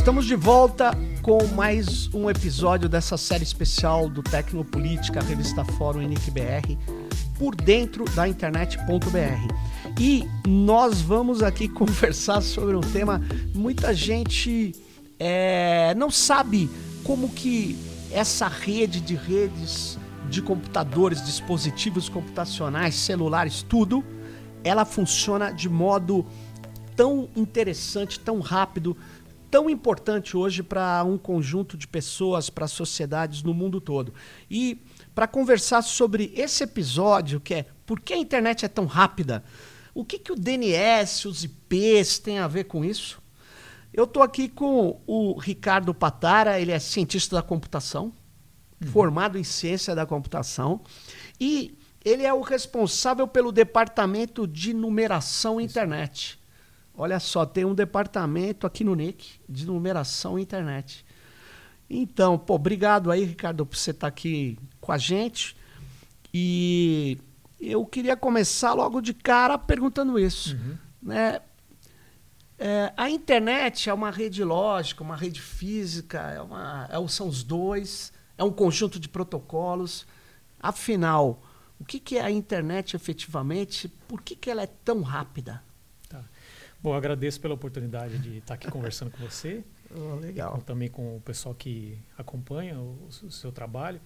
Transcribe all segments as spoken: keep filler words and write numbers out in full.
Estamos de volta com mais um episódio dessa série especial do Tecnopolítica, revista Fórum N I C B R, por dentro da internet ponto b r. E nós vamos aqui conversar sobre um tema, muita gente é, não sabe como que essa rede de redes de computadores, dispositivos computacionais, celulares, tudo, ela funciona de modo tão interessante, tão rápido, tão importante hoje para um conjunto de pessoas, para sociedades no mundo todo. E para conversar sobre esse episódio, que é por que a internet é tão rápida, o que, que o D N S, os I Ps têm a ver com isso? Eu estou aqui com o Ricardo Patara, ele é cientista da computação, uhum. formado em ciência da computação, e ele é o responsável pelo departamento de numeração internet. Olha só, tem um departamento aqui no N I C de numeração internet. Então, pô, obrigado aí, Ricardo, por você estar aqui com a gente. E eu queria começar logo de cara perguntando isso. Uhum. Né? É, a internet é uma rede lógica, uma rede física, é uma, é, são os dois, é um conjunto de protocolos. Afinal, o que, que é a internet efetivamente? Por que, que ela é tão rápida? Bom, agradeço pela oportunidade de estar aqui conversando com você. Oh, legal. E também com o pessoal que acompanha o, o seu trabalho.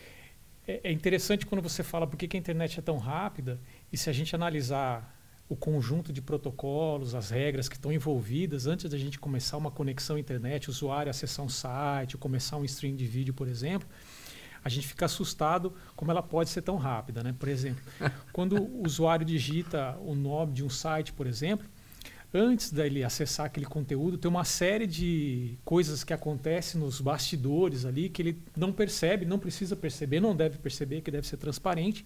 É, é interessante quando você fala por que, que a internet é tão rápida, e se a gente analisar o conjunto de protocolos, as regras que estão envolvidas antes da gente começar uma conexão à internet, o usuário acessar um site, começar um stream de vídeo, por exemplo, a gente fica assustado como ela pode ser tão rápida, né? Por exemplo, quando o usuário digita o nome de um site, por exemplo, antes dele acessar aquele conteúdo, tem uma série de coisas que acontecem nos bastidores ali que ele não percebe, não precisa perceber, não deve perceber, que deve ser transparente,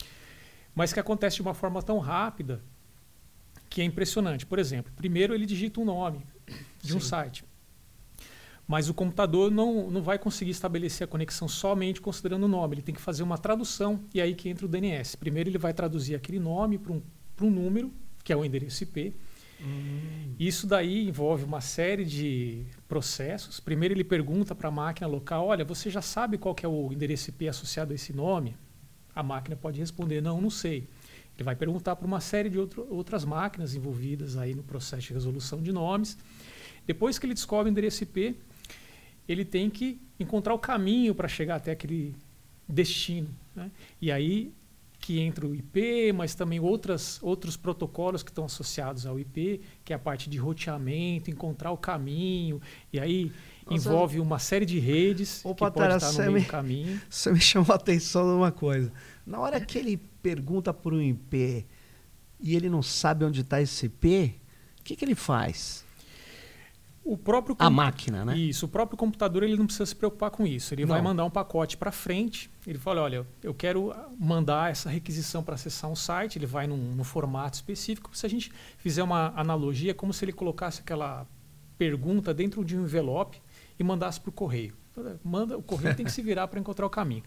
mas que acontece de uma forma tão rápida que é impressionante. Por exemplo, primeiro ele digita um nome de Sim. um site, mas o computador não, não vai conseguir estabelecer a conexão somente considerando o nome, ele tem que fazer uma tradução, e aí que entra o D N S. Primeiro ele vai traduzir aquele nome para um, para um número, que é o endereço I P. Hum. Isso daí envolve uma série de processos. Primeiro ele pergunta para a máquina local, olha, você já sabe qual que é o endereço I P associado a esse nome? A máquina pode responder, não, não sei. Ele vai perguntar para uma série de outro, outras máquinas envolvidas aí no processo de resolução de nomes. Depois que ele descobre o endereço I P, ele tem que encontrar o caminho para chegar até aquele destino, né? E aí que entra o I P, mas também outras, outros protocolos que estão associados ao I P, que é a parte de roteamento, encontrar o caminho, e aí Nossa, envolve uma série de redes opa, que pode Tara, estar no meio me, do caminho. Você me chamou a atenção numa coisa. Na hora que ele pergunta por um I P e ele não sabe onde está esse I P, o que, que ele faz? O próprio a máquina, né? Isso, o próprio computador ele não precisa se preocupar com isso. Ele não. vai mandar um pacote para frente. Ele fala, olha, eu quero mandar essa requisição para acessar um site. Ele vai num, num formato específico. Se a gente fizer uma analogia, é como se ele colocasse aquela pergunta dentro de um envelope e mandasse para o correio. Manda, o correio tem que se virar para encontrar o caminho.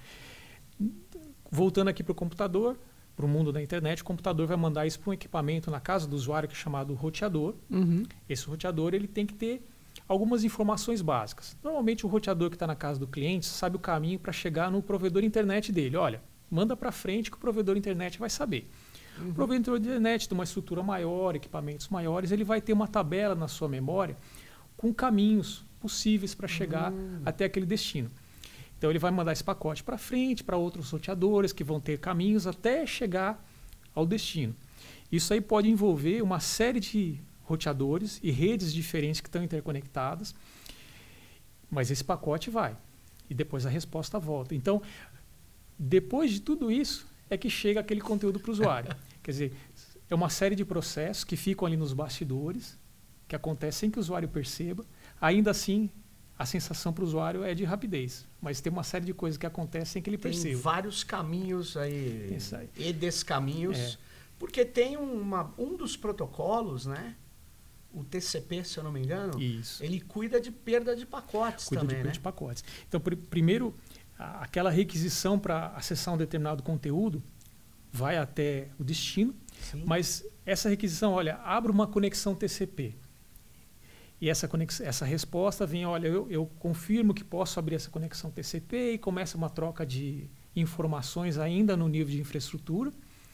Voltando aqui para o computador, para o mundo da internet, o computador vai mandar isso para um equipamento na casa do usuário que é chamado roteador. Uhum. Esse roteador ele tem que ter algumas informações básicas. Normalmente o roteador que está na casa do cliente sabe o caminho para chegar no provedor internet dele. Olha, manda para frente que o provedor internet vai saber. Uhum. O provedor internet tem uma estrutura maior, equipamentos maiores, ele vai ter uma tabela na sua memória com caminhos possíveis para chegar uhum. até aquele destino. Então ele vai mandar esse pacote para frente, para outros roteadores que vão ter caminhos até chegar ao destino. Isso aí pode envolver uma série de roteadores e redes diferentes que estão interconectadas, mas esse pacote vai. E depois a resposta volta. Então, depois de tudo isso, é que chega aquele conteúdo para o usuário. Quer dizer, é uma série de processos que ficam ali nos bastidores, que acontecem sem que o usuário perceba. Ainda assim, a sensação para o usuário é de rapidez, mas tem uma série de coisas que acontecem sem que ele tem perceba. Tem vários caminhos aí, aí. e desses caminhos, é. porque tem uma, um dos protocolos, né? O T C P, se eu não me engano, Isso. ele cuida de perda de pacotes cuida também, de perda né? de pacotes. Então, pr primeiro, a, aquela requisição para acessar um determinado conteúdo vai até o destino, Sim. mas essa requisição, olha, abre uma conexão T C P. E essa, conex, essa resposta vem, olha, eu, eu confirmo que posso abrir essa conexão T C P e começa uma troca de informações ainda no nível de infraestrutura.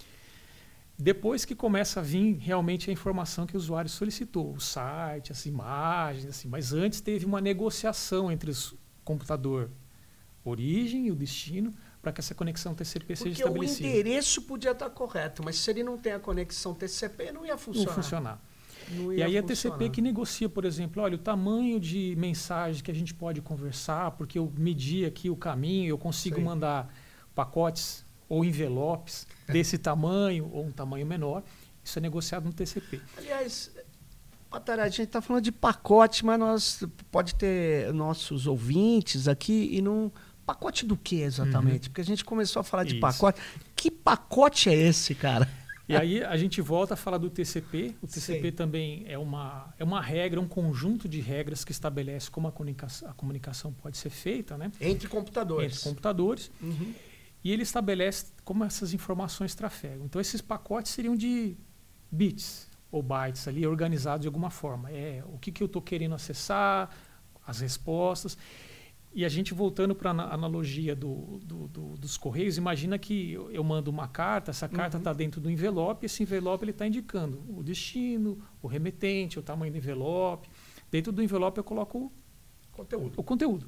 Depois que começa a vir realmente a informação que o usuário solicitou, o site, as imagens, assim. Mas antes teve uma negociação entre o computador origem e o destino para que essa conexão T C P Porque seja estabelecida. Porque o endereço podia estar correto, mas se ele não tem a conexão T C P, não ia funcionar. Não funcionar. Não e aí a T C P que negocia, por exemplo, olha, o tamanho de mensagem que a gente pode conversar, porque eu medi aqui o caminho, eu consigo Sim. mandar pacotes ou envelopes desse tamanho ou um tamanho menor. Isso é negociado no T C P. Aliás, Patara, a gente está falando de pacote, mas nós pode ter nossos ouvintes aqui e não... Pacote do que exatamente? Uhum. Porque a gente começou a falar de Isso. pacote. Que pacote é esse, cara? E aí a gente volta a falar do T C P. O T C P Sei. também é uma, é uma regra, um conjunto de regras que estabelece como a comunicação, a comunicação pode ser feita, né? Entre computadores. Entre computadores. Uhum. E ele estabelece como essas informações trafegam. Então esses pacotes seriam de bits ou bytes ali, organizados de alguma forma. É o que, que eu estou querendo acessar, as respostas. E a gente voltando para a analogia do, do, do, dos correios, imagina que eu, eu mando uma carta, essa carta está uhum. dentro do envelope, e esse envelope está indicando o destino, o remetente, o tamanho do envelope. Dentro do envelope eu coloco o conteúdo. o conteúdo.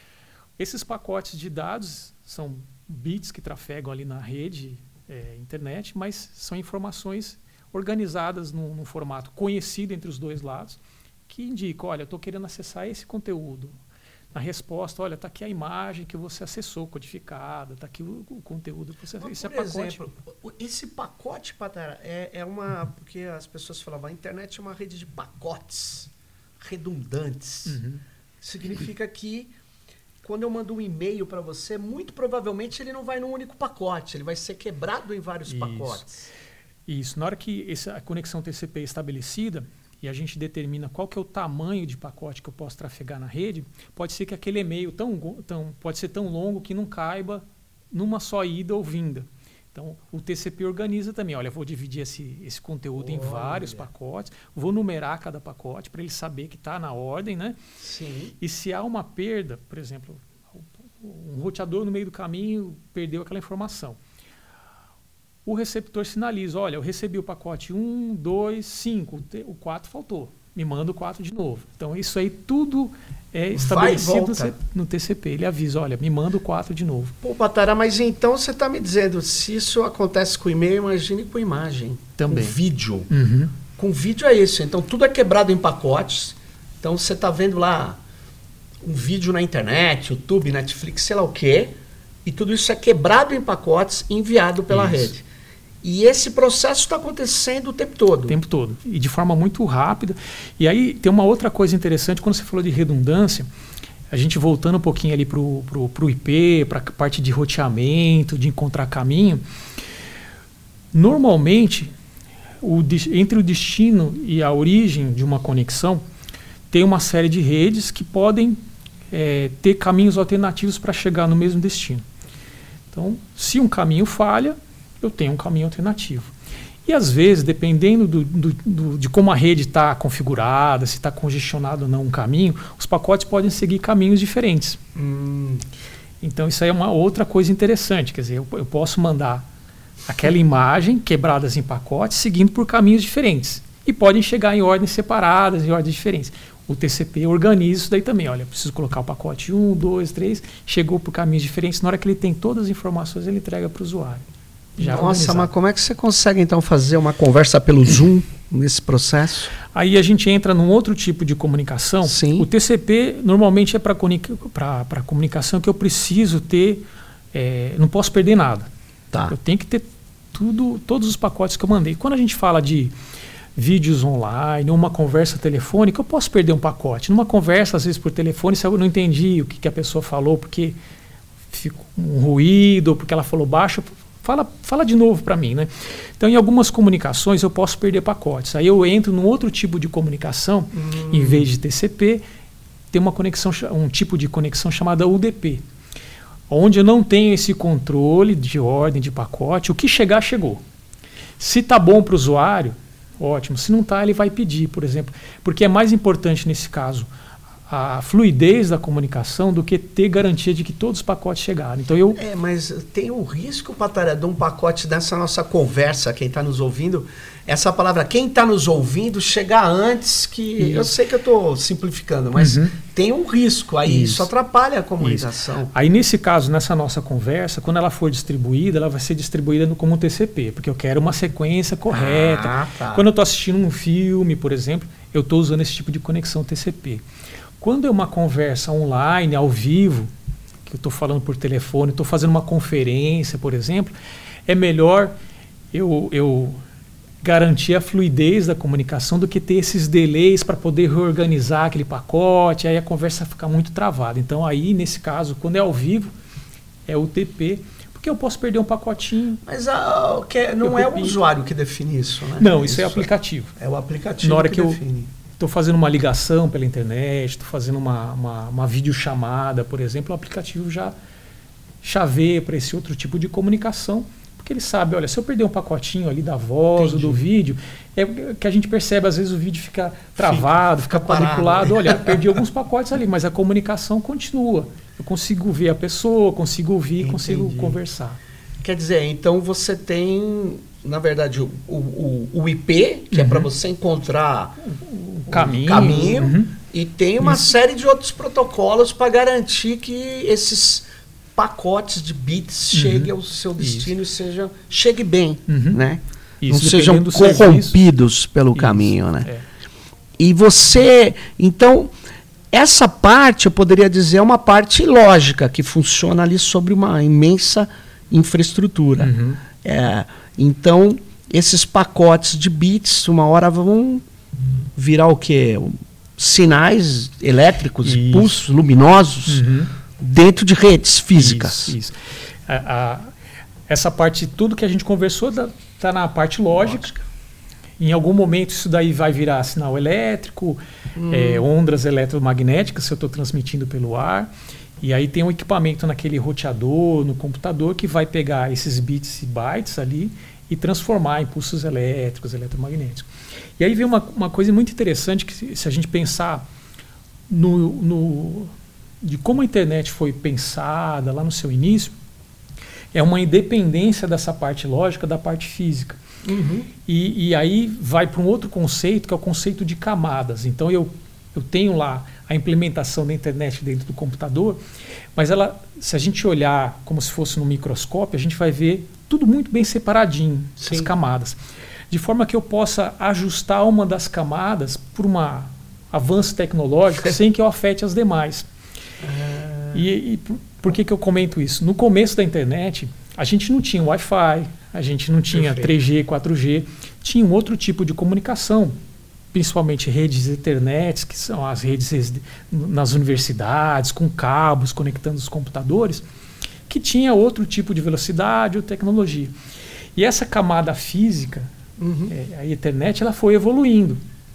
Esses pacotes de dados são bits que trafegam ali na rede é, internet, mas são informações organizadas num, num formato conhecido entre os dois lados, que indica, olha, eu estou querendo acessar esse conteúdo. Na resposta, olha, está aqui a imagem que você acessou, codificada, está aqui o, o conteúdo que você acessou. Isso é pacote. Exemplo, esse pacote, Patara, é, é uma... Porque as pessoas falavam, a internet é uma rede de pacotes redundantes. Uhum. Significa que quando eu mando um e-mail para você, muito provavelmente ele não vai num único pacote, ele vai ser quebrado em vários Isso. pacotes. Isso. Na hora que essa conexão T C P é estabelecida, e a gente determina qual que é o tamanho de pacote que eu posso trafegar na rede, pode ser que aquele e-mail tão, tão, pode ser tão longo que não caiba numa só ida ou vinda. Então, o T C P organiza também. Olha, eu vou dividir esse, esse conteúdo Olha. em vários pacotes, vou numerar cada pacote para ele saber que está na ordem, né? Sim. E se há uma perda, por exemplo, um roteador no meio do caminho perdeu aquela informação. O receptor sinaliza, olha, eu recebi o pacote um, dois, cinco, o quatro faltou, me manda o quatro de novo. Então isso aí tudo é estabelecido no T C P. Ele avisa, olha, me manda o quatro de novo. Pô, Patara, mas então você está me dizendo, se isso acontece com e-mail, imagine com imagem. Também. Com vídeo. Uhum. Com vídeo é isso, então tudo é quebrado em pacotes. Então você está vendo lá um vídeo na internet, YouTube, Netflix, sei lá o quê, e tudo isso é quebrado em pacotes e enviado pela isso. rede. E esse processo está acontecendo o tempo todo. O tempo todo. E de forma muito rápida. E aí tem uma outra coisa interessante, quando você falou de redundância, a gente voltando um pouquinho ali para o I P, para a parte de roteamento, de encontrar caminho, normalmente, o, entre o destino e a origem de uma conexão, tem uma série de redes que podem é, ter caminhos alternativos para chegar no mesmo destino. Então, se um caminho falha, eu tenho um caminho alternativo. E às vezes, dependendo do, do, do, de como a rede está configurada, se está congestionado ou não um caminho, os pacotes podem seguir caminhos diferentes. Hum. Então isso aí é uma outra coisa interessante. Quer dizer, eu, eu posso mandar aquela imagem quebradas em pacotes seguindo por caminhos diferentes. E podem chegar em ordens separadas, em ordens diferentes. O T C P organiza isso daí também. Olha, eu preciso colocar o pacote um, dois, três, chegou por caminhos diferentes. Na hora que ele tem todas as informações, ele entrega para o usuário. Já Nossa, organizado. Mas como é que você consegue então fazer uma conversa pelo Zoom nesse processo? Aí a gente entra num outro tipo de comunicação. Sim. O T C P normalmente é para para comunicação que eu preciso ter, é, não posso perder nada. Tá. Eu tenho que ter tudo, todos os pacotes que eu mandei. Quando a gente fala de vídeos online, uma conversa telefônica, eu posso perder um pacote. Numa conversa, às vezes por telefone, se eu não entendi o que, que a pessoa falou, porque ficou um ruído, ou porque ela falou baixo, Fala, fala de novo para mim, né? Então, em algumas comunicações eu posso perder pacotes. Aí eu entro num outro tipo de comunicação, hum. em vez de T C P, tem uma conexão, um tipo de conexão chamada U D P, onde eu não tenho esse controle de ordem de pacote. O que chegar, chegou. Se está bom para o usuário, ótimo. Se não está, ele vai pedir, por exemplo. Porque é mais importante nesse caso a fluidez da comunicação do que ter garantia de que todos os pacotes chegaram. Então eu... É, mas tem um risco, Patara, de um pacote dessa nossa conversa, quem está nos ouvindo, essa palavra, quem está nos ouvindo, chegar antes que... Isso. Eu sei que eu estou simplificando, mas uhum. tem um risco aí, isso, isso atrapalha a comunicação. Isso. Aí nesse caso, nessa nossa conversa, quando ela for distribuída, ela vai ser distribuída no, como um T C P, porque eu quero uma sequência correta. Ah, tá. Quando eu estou assistindo um filme, por exemplo, eu estou usando esse tipo de conexão T C P. Quando é uma conversa online, ao vivo, que eu estou falando por telefone, estou fazendo uma conferência, por exemplo, é melhor eu, eu garantir a fluidez da comunicação do que ter esses delays para poder reorganizar aquele pacote, aí a conversa fica muito travada. Então aí, nesse caso, quando é ao vivo, é o T P, porque eu posso perder um pacotinho. Mas ah, que não é o usuário que define isso, né? Não, isso, isso é aplicativo. É o aplicativo Na hora que, que define. Estou fazendo uma ligação pela internet, estou fazendo uma, uma, uma videochamada, por exemplo, o aplicativo já chaveia para esse outro tipo de comunicação, porque ele sabe, olha, se eu perder um pacotinho ali da voz ou do vídeo, é que a gente percebe, às vezes o vídeo fica travado, fica, fica quadriculado, olha, perdi alguns pacotes ali, mas a comunicação continua. Eu consigo ver a pessoa, consigo ouvir, Entendi. Consigo conversar. Quer dizer, então você tem, na verdade, o, o, o I P, que uhum. é para você encontrar o caminho, o caminho uhum. e tem uma Isso. série de outros protocolos para garantir que esses pacotes de bits uhum. cheguem ao seu destino Isso. e seja, chegue bem, uhum. né? Isso, não sejam corrompidos serviço. Pelo Isso. caminho, né? É. E você, então, essa parte, eu poderia dizer, é uma parte lógica, que funciona ali sobre uma imensa infraestrutura. Uhum. É, então, esses pacotes de bits, uma hora vão virar o quê? Sinais elétricos, isso. pulsos luminosos uhum. dentro de redes físicas. Isso, isso. A, a, essa parte, tudo que a gente conversou, está na parte lógica. lógica. Em algum momento isso daí vai virar sinal elétrico, hum. é, ondas eletromagnéticas, se eu estou transmitindo pelo ar. E aí tem um equipamento naquele roteador, no computador, que vai pegar esses bits e bytes ali e transformar em pulsos elétricos, eletromagnéticos. E aí vem uma, uma coisa muito interessante, que se, se a gente pensar no, no, de como a internet foi pensada lá no seu início, é uma independência dessa parte lógica da parte física. Uhum. E, e aí vai para um outro conceito, que é o conceito de camadas. Então eu, eu tenho lá a implementação da internet dentro do computador, mas ela, se a gente olhar como se fosse no microscópio, a gente vai ver tudo muito bem separadinho, Sim. as camadas. De forma que eu possa ajustar uma das camadas por um avanço tecnológico sem que eu afete as demais. Ah. E, e por, por que, que eu comento isso? No começo da internet, a gente não tinha Wi-Fi, a gente não tinha Perfeito. três G, quatro G, tinha um outro tipo de comunicação, principalmente redes Ethernet, que são as redes nas universidades, com cabos conectando os computadores, que tinha outro tipo de velocidade ou tecnologia. E essa camada física, uhum. é, a Ethernet, ela foi evoluindo,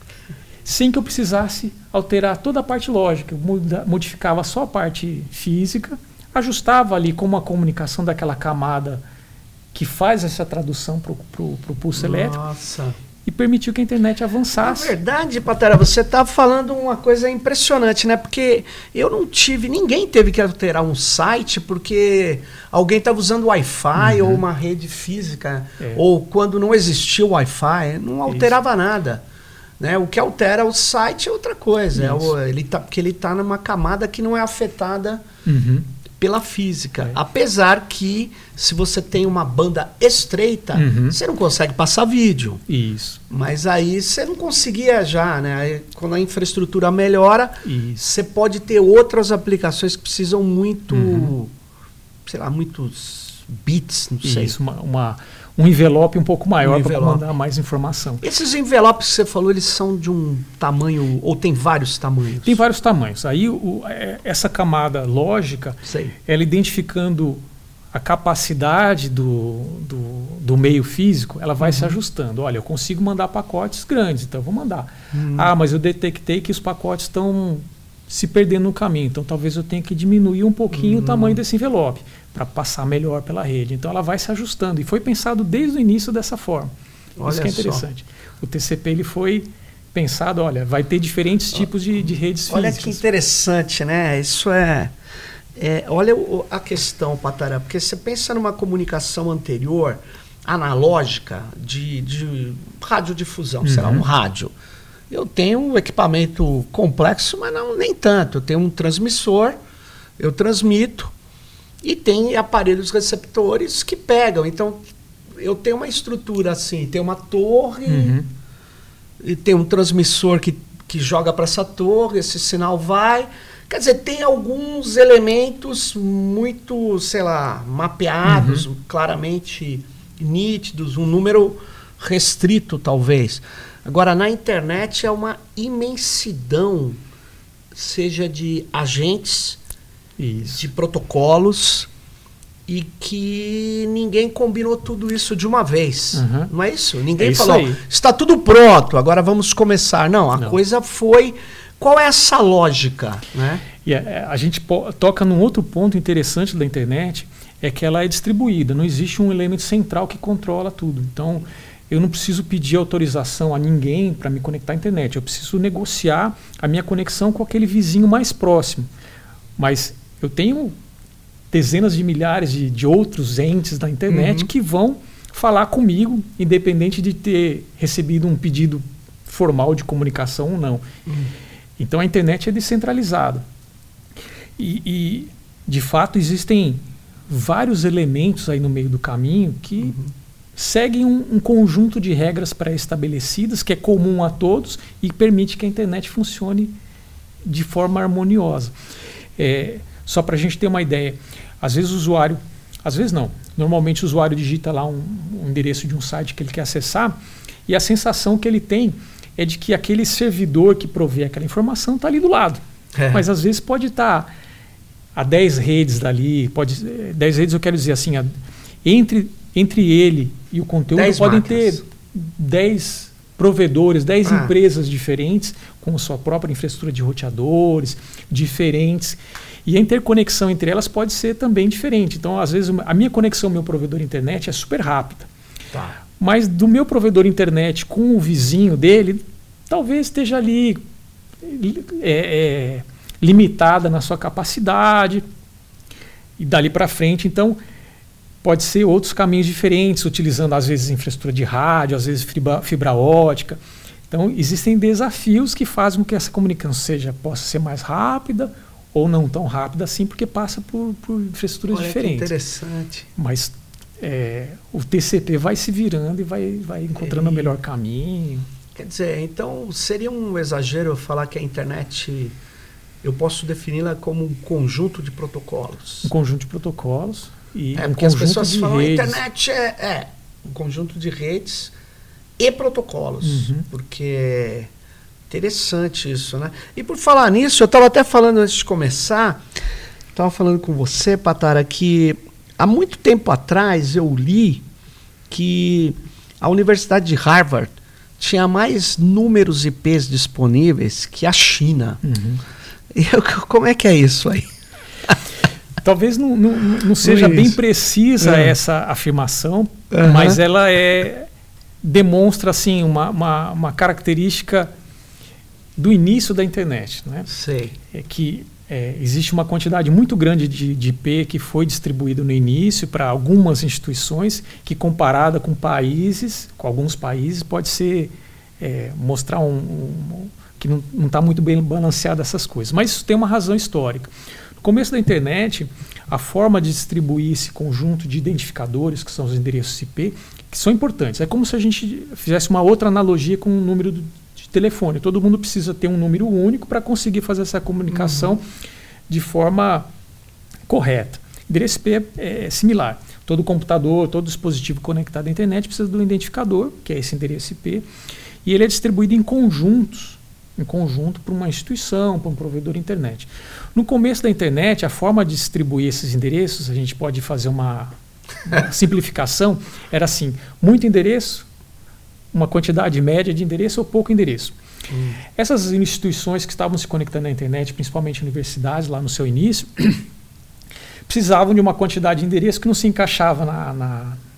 sem que eu precisasse alterar toda a parte lógica. Eu muda, modificava só a parte física, ajustava ali como a comunicação daquela camada que faz essa tradução para o pulso elétrico. Nossa. E permitiu que a internet avançasse. Na verdade, Patara, você está falando uma coisa impressionante, né? Porque eu não tive, ninguém teve que alterar um site porque alguém estava usando Wi-Fi uhum. ou uma rede física, é. ou quando não existia o Wi-Fi, não alterava Isso. nada. Né? O que altera o site é outra coisa. É o, ele tá, porque ele está numa camada que não é afetada uhum. pela física. É. Apesar que, se você tem uma banda estreita, uhum. você não consegue passar vídeo. Isso. Mas aí você não conseguia já, né? Aí, quando a infraestrutura melhora, Isso. você pode ter outras aplicações que precisam muito, uhum. sei lá, muitos bits, não sei. Isso, uma, uma, um envelope um pouco maior um para mandar mais informação. Esses envelopes que você falou, eles são de um tamanho, ou tem vários tamanhos? Tem vários tamanhos. Aí o, é, essa camada lógica, Sei. ela identificando a capacidade do, do, do meio físico, ela vai uhum. se ajustando. Olha, eu consigo mandar pacotes grandes, então eu vou mandar. Uhum. Ah, mas eu detectei que os pacotes estão se perdendo no caminho, então talvez eu tenha que diminuir um pouquinho uhum. o tamanho desse envelope para passar melhor pela rede. Então ela vai se ajustando. E foi pensado desde o início dessa forma. Olha Isso que é só. interessante. O T C P ele foi pensado, olha, vai ter diferentes tipos de, de redes Olha físicas. que interessante, né? Isso é... é olha o, a questão, Patara, porque você pensa numa comunicação anterior, analógica, de, de radiodifusão, uhum. sei lá, um rádio. Eu tenho um equipamento complexo, mas não, nem tanto. Eu tenho um transmissor, eu transmito, e tem aparelhos receptores que pegam. Então, eu tenho uma estrutura assim, tem uma torre, uhum. e tem um transmissor que, que joga para essa torre, esse sinal vai. Quer dizer, tem alguns elementos muito, sei lá, mapeados, uhum. claramente nítidos, um número restrito, talvez. Agora, na internet é uma imensidão, seja de agentes, isso. de protocolos, e que ninguém combinou tudo isso de uma vez. Uhum. Não é isso? Ninguém é falou, isso está tudo pronto, agora vamos começar. Não, a Não. coisa foi... Qual é essa lógica? Né? E a, a gente toca num outro ponto interessante da internet, é que ela é distribuída, não existe um elemento central que controla tudo. Então, eu não preciso pedir autorização a ninguém para me conectar à internet, eu preciso negociar a minha conexão com aquele vizinho mais próximo. Mas eu tenho dezenas de milhares de, de outros entes da internet uhum. que vão falar comigo, independente de ter recebido um pedido formal de comunicação ou não. Uhum. Então a internet é descentralizada. E, e, de fato, existem vários elementos aí no meio do caminho que uhum. seguem um, um conjunto de regras pré-estabelecidas que é comum a todos e permite que a internet funcione de forma harmoniosa. É, só para a gente ter uma ideia, às vezes o usuário, às vezes não, normalmente o usuário digita lá um, um endereço de um site que ele quer acessar e a sensação que ele tem é de que aquele servidor que provê aquela informação está ali do lado. É. Mas às vezes pode estar tá a dez redes dali, pode, dez redes eu quero dizer assim, a, entre, entre ele e o conteúdo podem máquinas. ter dez provedores, dez ah. empresas diferentes, com sua própria infraestrutura de roteadores, diferentes. E a interconexão entre elas pode ser também diferente. Então, às vezes, a minha conexão ao meu provedor internet é super rápida. Tá. Mas do meu provedor internet com o vizinho dele, talvez esteja ali é, é, limitada na sua capacidade. E dali para frente, então, pode ser outros caminhos diferentes, utilizando às vezes infraestrutura de rádio, às vezes fibra, fibra ótica. Então, existem desafios que fazem com que essa comunicação seja, possa ser mais rápida ou não tão rápida assim, porque passa por, por infraestruturas Olha, diferentes. Que interessante. Mas é, o T C P vai se virando e vai, vai encontrando e, o melhor caminho. Quer dizer, então seria um exagero falar que a internet, eu posso defini-la como um conjunto de protocolos. Um conjunto de protocolos e é, um porque as conjunto pessoas de falam redes. A internet é, é um conjunto de redes e protocolos, uhum. porque interessante isso, né? E por falar nisso, eu estava até falando antes de começar, estava falando com você, Patara, que há muito tempo atrás eu li que a Universidade de Harvard tinha mais números I Ps disponíveis que a China. Uhum. E eu, como é que é isso aí? Talvez não, não, não seja bem precisa uhum. essa afirmação, uhum. mas ela é, demonstra assim, uma, uma, uma característica do início da internet. Né? Sei. É que é, existe uma quantidade muito grande de, de I P que foi distribuído no início para algumas instituições, que comparada com países, com alguns países, pode ser é, mostrar um, um, que não está muito bem balanceado essas coisas. Mas isso tem uma razão histórica. No começo da internet, a forma de distribuir esse conjunto de identificadores, que são os endereços I P, que são importantes. É como se a gente fizesse uma outra analogia com o número do, de telefone. Todo mundo precisa ter um número único para conseguir fazer essa comunicação uhum. de forma correta. Endereço I P é, é similar. Todo computador, todo dispositivo conectado à internet precisa de um identificador, que é esse endereço I P, e ele é distribuído em conjuntos, em conjunto para uma instituição, para um provedor internet. No começo da internet, a forma de distribuir esses endereços, a gente pode fazer uma, uma simplificação, era assim, muito endereço, uma quantidade média de endereço ou pouco endereço. Hum. Essas instituições que estavam se conectando à internet, principalmente universidades, lá no seu início, precisavam de uma quantidade de endereço que não se encaixava na, na,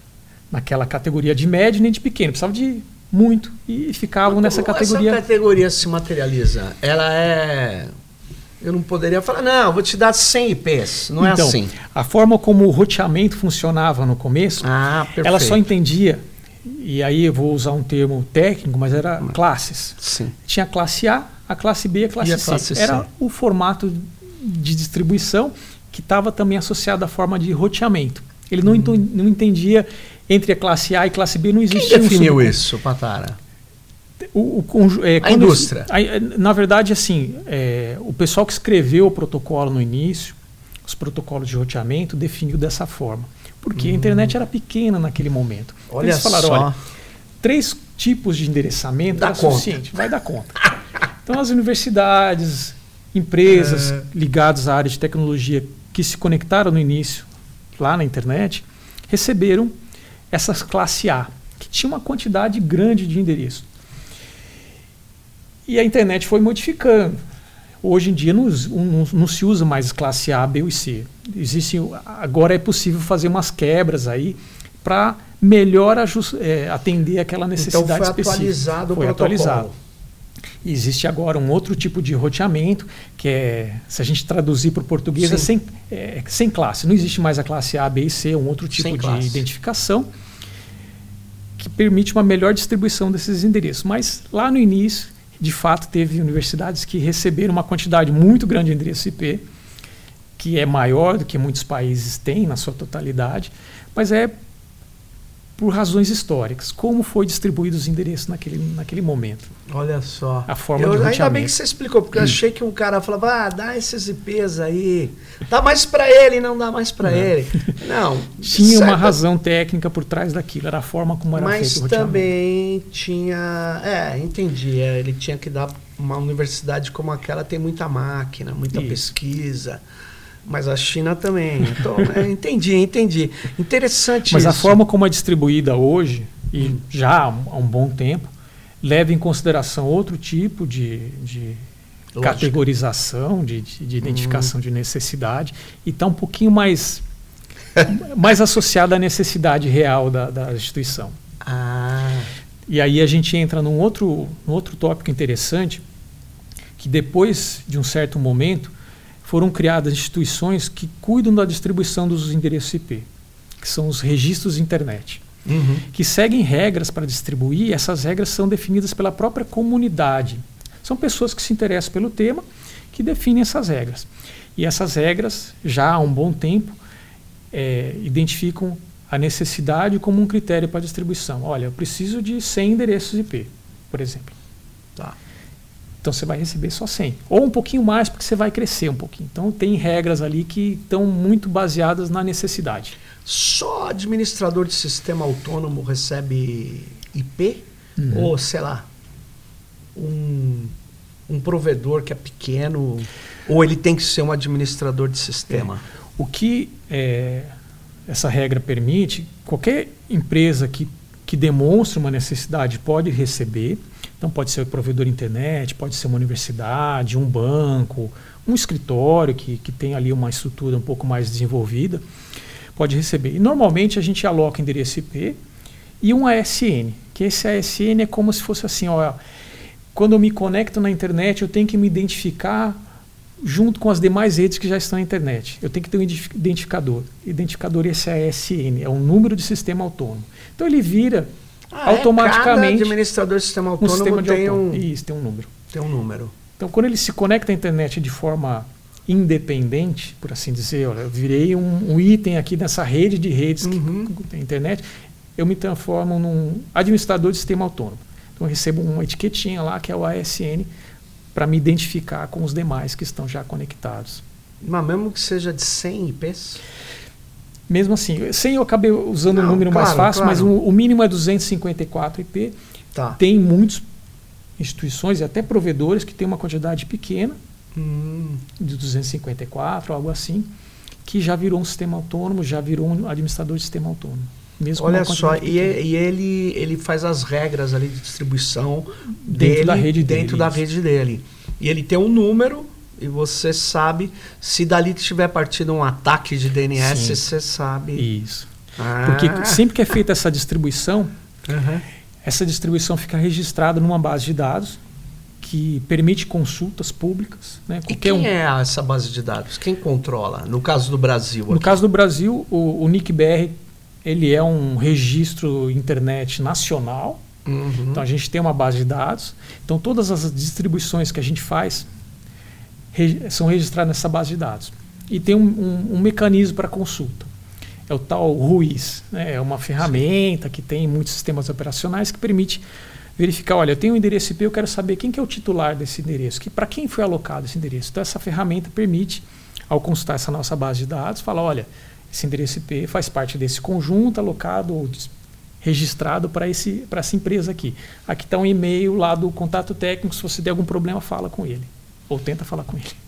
naquela categoria de médio nem de pequeno, precisavam de muito e ficavam nessa categoria. Essa categoria se materializa, ela é... Eu não poderia falar, não, vou te dar cem I Ps, não então, é assim. A forma como o roteamento funcionava no começo, ah, ela só entendia, e aí eu vou usar um termo técnico, mas era classes. Sim. Tinha a classe A, a classe B e a classe, e a C. classe C. Era o formato de distribuição que estava também associado à forma de roteamento. Ele não, hum. não entendia entre a classe A e classe B, não existia. Quem definiu um isso, Patara? O, o, é, a indústria. Isso, a, na verdade, assim, é, o pessoal que escreveu o protocolo no início, os protocolos de roteamento, definiu dessa forma. Porque hum. a internet era pequena naquele momento. Olha Eles falaram, só. olha, três tipos de endereçamento dá era conta. suficiente, vai dar conta. Então, as universidades, empresas é. ligadas à área de tecnologia que se conectaram no início, lá na internet, receberam essas classe A, que tinha uma quantidade grande de endereços. E a internet foi modificando. Hoje em dia não, não, não se usa mais classe A, B ou C. Existe, agora é possível fazer umas quebras aí para melhor ajust, é, atender aquela necessidade então foi específica. Atualizado foi o protocolo. atualizado. E existe agora um outro tipo de roteamento, que é, se a gente traduzir para o português, é sem, é sem classe. Não existe mais a classe A, B e C, um outro tipo sem de classe. identificação que permite uma melhor distribuição desses endereços. Mas lá no início, de fato, teve universidades que receberam uma quantidade muito grande de endereço I P, que é maior do que muitos países têm na sua totalidade, mas é por razões históricas. Como foi distribuído os endereços naquele, naquele momento. Olha só. A forma eu, de roteamento. Ainda bem que você explicou, porque hum. eu achei que um cara falava, ah, dá esses I Ps aí, dá mais para ele, não dá mais para ele. Não. Tinha certo. uma razão técnica por trás daquilo, era a forma como era mas feito o roteamento. Mas também tinha... É, entendi. É, ele tinha que dar... Uma universidade como aquela tem muita máquina, muita Isso. pesquisa... Mas a China também. Então, é, entendi, entendi. Interessante Mas isso. a forma como é distribuída hoje, e hum. já há um, há um bom tempo, leva em consideração outro tipo de, de categorização, de, de identificação hum. de necessidade, e está um pouquinho mais, mais associada à necessidade real da, da instituição. Ah. E aí a gente entra num outro, num outro tópico interessante, que depois de um certo momento, foram criadas instituições que cuidam da distribuição dos endereços I P, que são os registros de internet, uhum. que seguem regras para distribuir, e essas regras são definidas pela própria comunidade. São pessoas que se interessam pelo tema, que definem essas regras. E essas regras, já há um bom tempo, é, identificam a necessidade como um critério para a distribuição. Olha, eu preciso de cem endereços I P, por exemplo. Tá. Então você vai receber só cem. Ou um pouquinho mais, porque você vai crescer um pouquinho. Então tem regras ali que estão muito baseadas na necessidade. Só administrador de sistema autônomo recebe I P? Uhum. Ou, sei lá, um, um provedor que é pequeno, ou ele tem que ser um administrador de sistema? É. O que é, essa regra permite, qualquer empresa que, que demonstre uma necessidade pode receber. Então pode ser o provedor de internet, pode ser uma universidade, um banco, um escritório que, que tem ali uma estrutura um pouco mais desenvolvida, pode receber. E normalmente a gente aloca endereço I P e um A S N, que esse A S N é como se fosse assim, ó, quando eu me conecto na internet eu tenho que me identificar junto com as demais redes que já estão na internet. Eu tenho que ter um identificador. Identificador esse A S N, é um número de sistema autônomo. Então ele vira... Ah, automaticamente, é? Cada administrador de sistema autônomo um sistema de tem, autônomo. um, Isso, tem um número. Tem um número. Então, quando ele se conecta à internet de forma independente, por assim dizer, olha, eu virei um, um item aqui nessa rede de redes uhum. que tem internet, eu me transformo num administrador de sistema autônomo. Então, eu recebo uma etiquetinha lá, que é o A S N, para me identificar com os demais que estão já conectados. Mas mesmo que seja de cem I Ps? Mesmo assim, cem eu acabei usando Não, um número claro, mais fácil, claro. mas o, o mínimo é duzentos e cinquenta e quatro I P. Tá. Tem muitas instituições e até provedores que têm uma quantidade pequena, hum. de duzentos e cinquenta e quatro, algo assim, que já virou um sistema autônomo, já virou um administrador de sistema autônomo. Mesmo Olha só, e, e ele, ele faz as regras ali de distribuição dentro dele, da rede dentro dele, da isso. rede dele. E ele tem um número... E você sabe, se dali tiver partido um ataque de D N S, Sim. você sabe. Isso. Ah. Porque sempre que é feita essa distribuição, Uhum. essa distribuição fica registrada numa base de dados que permite consultas públicas. Né? E quem um... é essa base de dados? Quem controla? No caso do Brasil? No aqui. caso do Brasil, o, o N I C B R ele é um registro internet nacional. Uhum. Então a gente tem uma base de dados. Então todas as distribuições que a gente faz re, são registradas nessa base de dados. E tem um, um, um mecanismo para consulta. É o tal RUIS. Né? É uma ferramenta Sim. que tem muitos sistemas operacionais que permite verificar, olha, eu tenho um endereço I P, eu quero saber quem que é o titular desse endereço, que, para quem foi alocado esse endereço. Então essa ferramenta permite, ao consultar essa nossa base de dados, falar, olha, esse endereço I P faz parte desse conjunto alocado ou registrado para essa empresa aqui. Aqui está um e-mail lá do contato técnico, se você der algum problema, fala com ele. Ou tenta falar com ele.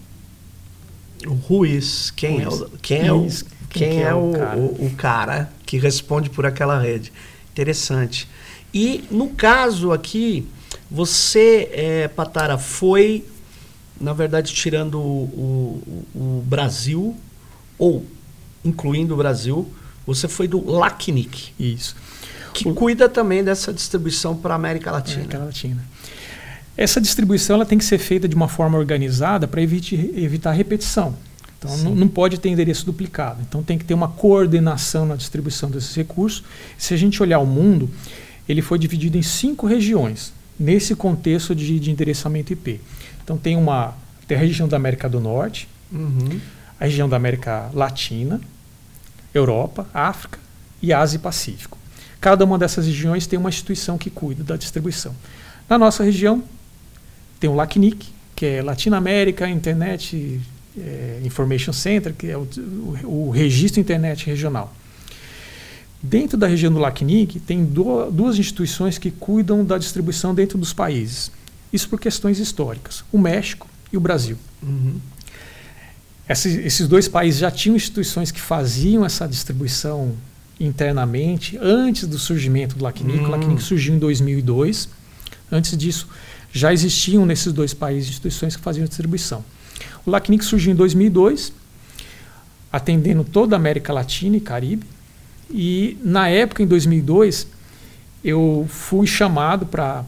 O RUIS, quem Ruiz. é o, quem é o, quem quem é é o, cara? O, o cara que responde por aquela rede? Interessante. E no caso aqui, você, é, Patara, foi, na verdade, tirando o, o, o Brasil, ou incluindo o Brasil, você foi do LACNIC. Isso. Que o... cuida também dessa distribuição para a América Latina. América Latina. Essa distribuição ela tem que ser feita de uma forma organizada para evitar repetição. Então, não, não pode ter endereço duplicado. Então, tem que ter uma coordenação na distribuição desses recursos. Se a gente olhar o mundo, ele foi dividido em cinco regiões, nesse contexto de, de endereçamento I P. Então, tem, uma, tem a região da América do Norte, uhum. a região da América Latina, Europa, África e Ásia e Pacífico. Cada uma dessas regiões tem uma instituição que cuida da distribuição. Na nossa região, tem o LACNIC, que é Latinoamérica Internet é, Information Center, que é o, o, o registro internet regional. Dentro da região do LACNIC, tem do, duas instituições que cuidam da distribuição dentro dos países. Isso por questões históricas, o México e o Brasil. Uhum. Esses, esses dois países já tinham instituições que faziam essa distribuição internamente, antes do surgimento do LACNIC. Uhum. O LACNIC surgiu em dois mil e dois. Antes disso, já existiam nesses dois países instituições que faziam distribuição. O LACNIC surgiu em dois mil e dois, atendendo toda a América Latina e Caribe. E, na época, em dois mil e dois, eu fui chamado para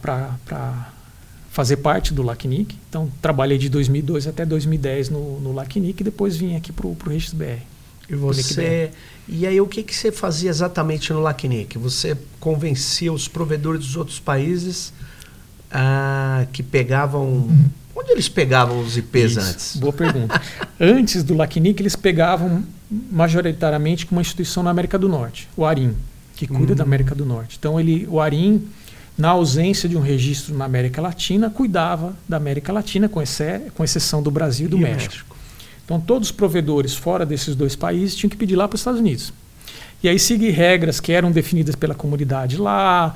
fazer parte do LACNIC. Então, trabalhei de dois mil e dois até dois mil e dez no, no LACNIC e depois vim aqui para o Registro B R. E você... E aí, o que, que você fazia exatamente no LACNIC? Você convencia os provedores dos outros países ah, que pegavam... Uhum. Onde eles pegavam os I Ps Isso, antes? Boa pergunta. Antes do LACNIC, eles pegavam majoritariamente com uma instituição na América do Norte, o ARIM, que cuida uhum. da América do Norte. Então, ele, o ARIM, na ausência de um registro na América Latina, cuidava da América Latina, com, exce, com exceção do Brasil e do e México. México. Então, todos os provedores fora desses dois países tinham que pedir lá para os Estados Unidos. E aí, seguir regras que eram definidas pela comunidade lá,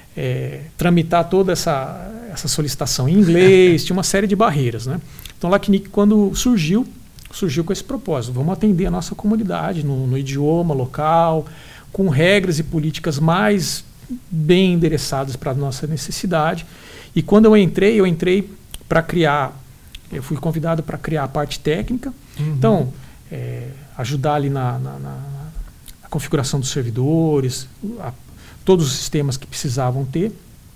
é, tramitar toda essa, essa solicitação em inglês, tinha uma série de barreiras. Né? Então, o LACNIC, quando surgiu, surgiu com esse propósito. Vamos atender a nossa comunidade no, no idioma local, com regras e políticas mais bem endereçadas para a nossa necessidade. E quando eu entrei, eu entrei para criar... Eu fui convidado para criar a parte técnica, uhum. então, é, ajudar ali na, na, na, na configuração dos servidores, a, todos os sistemas que precisavam ter,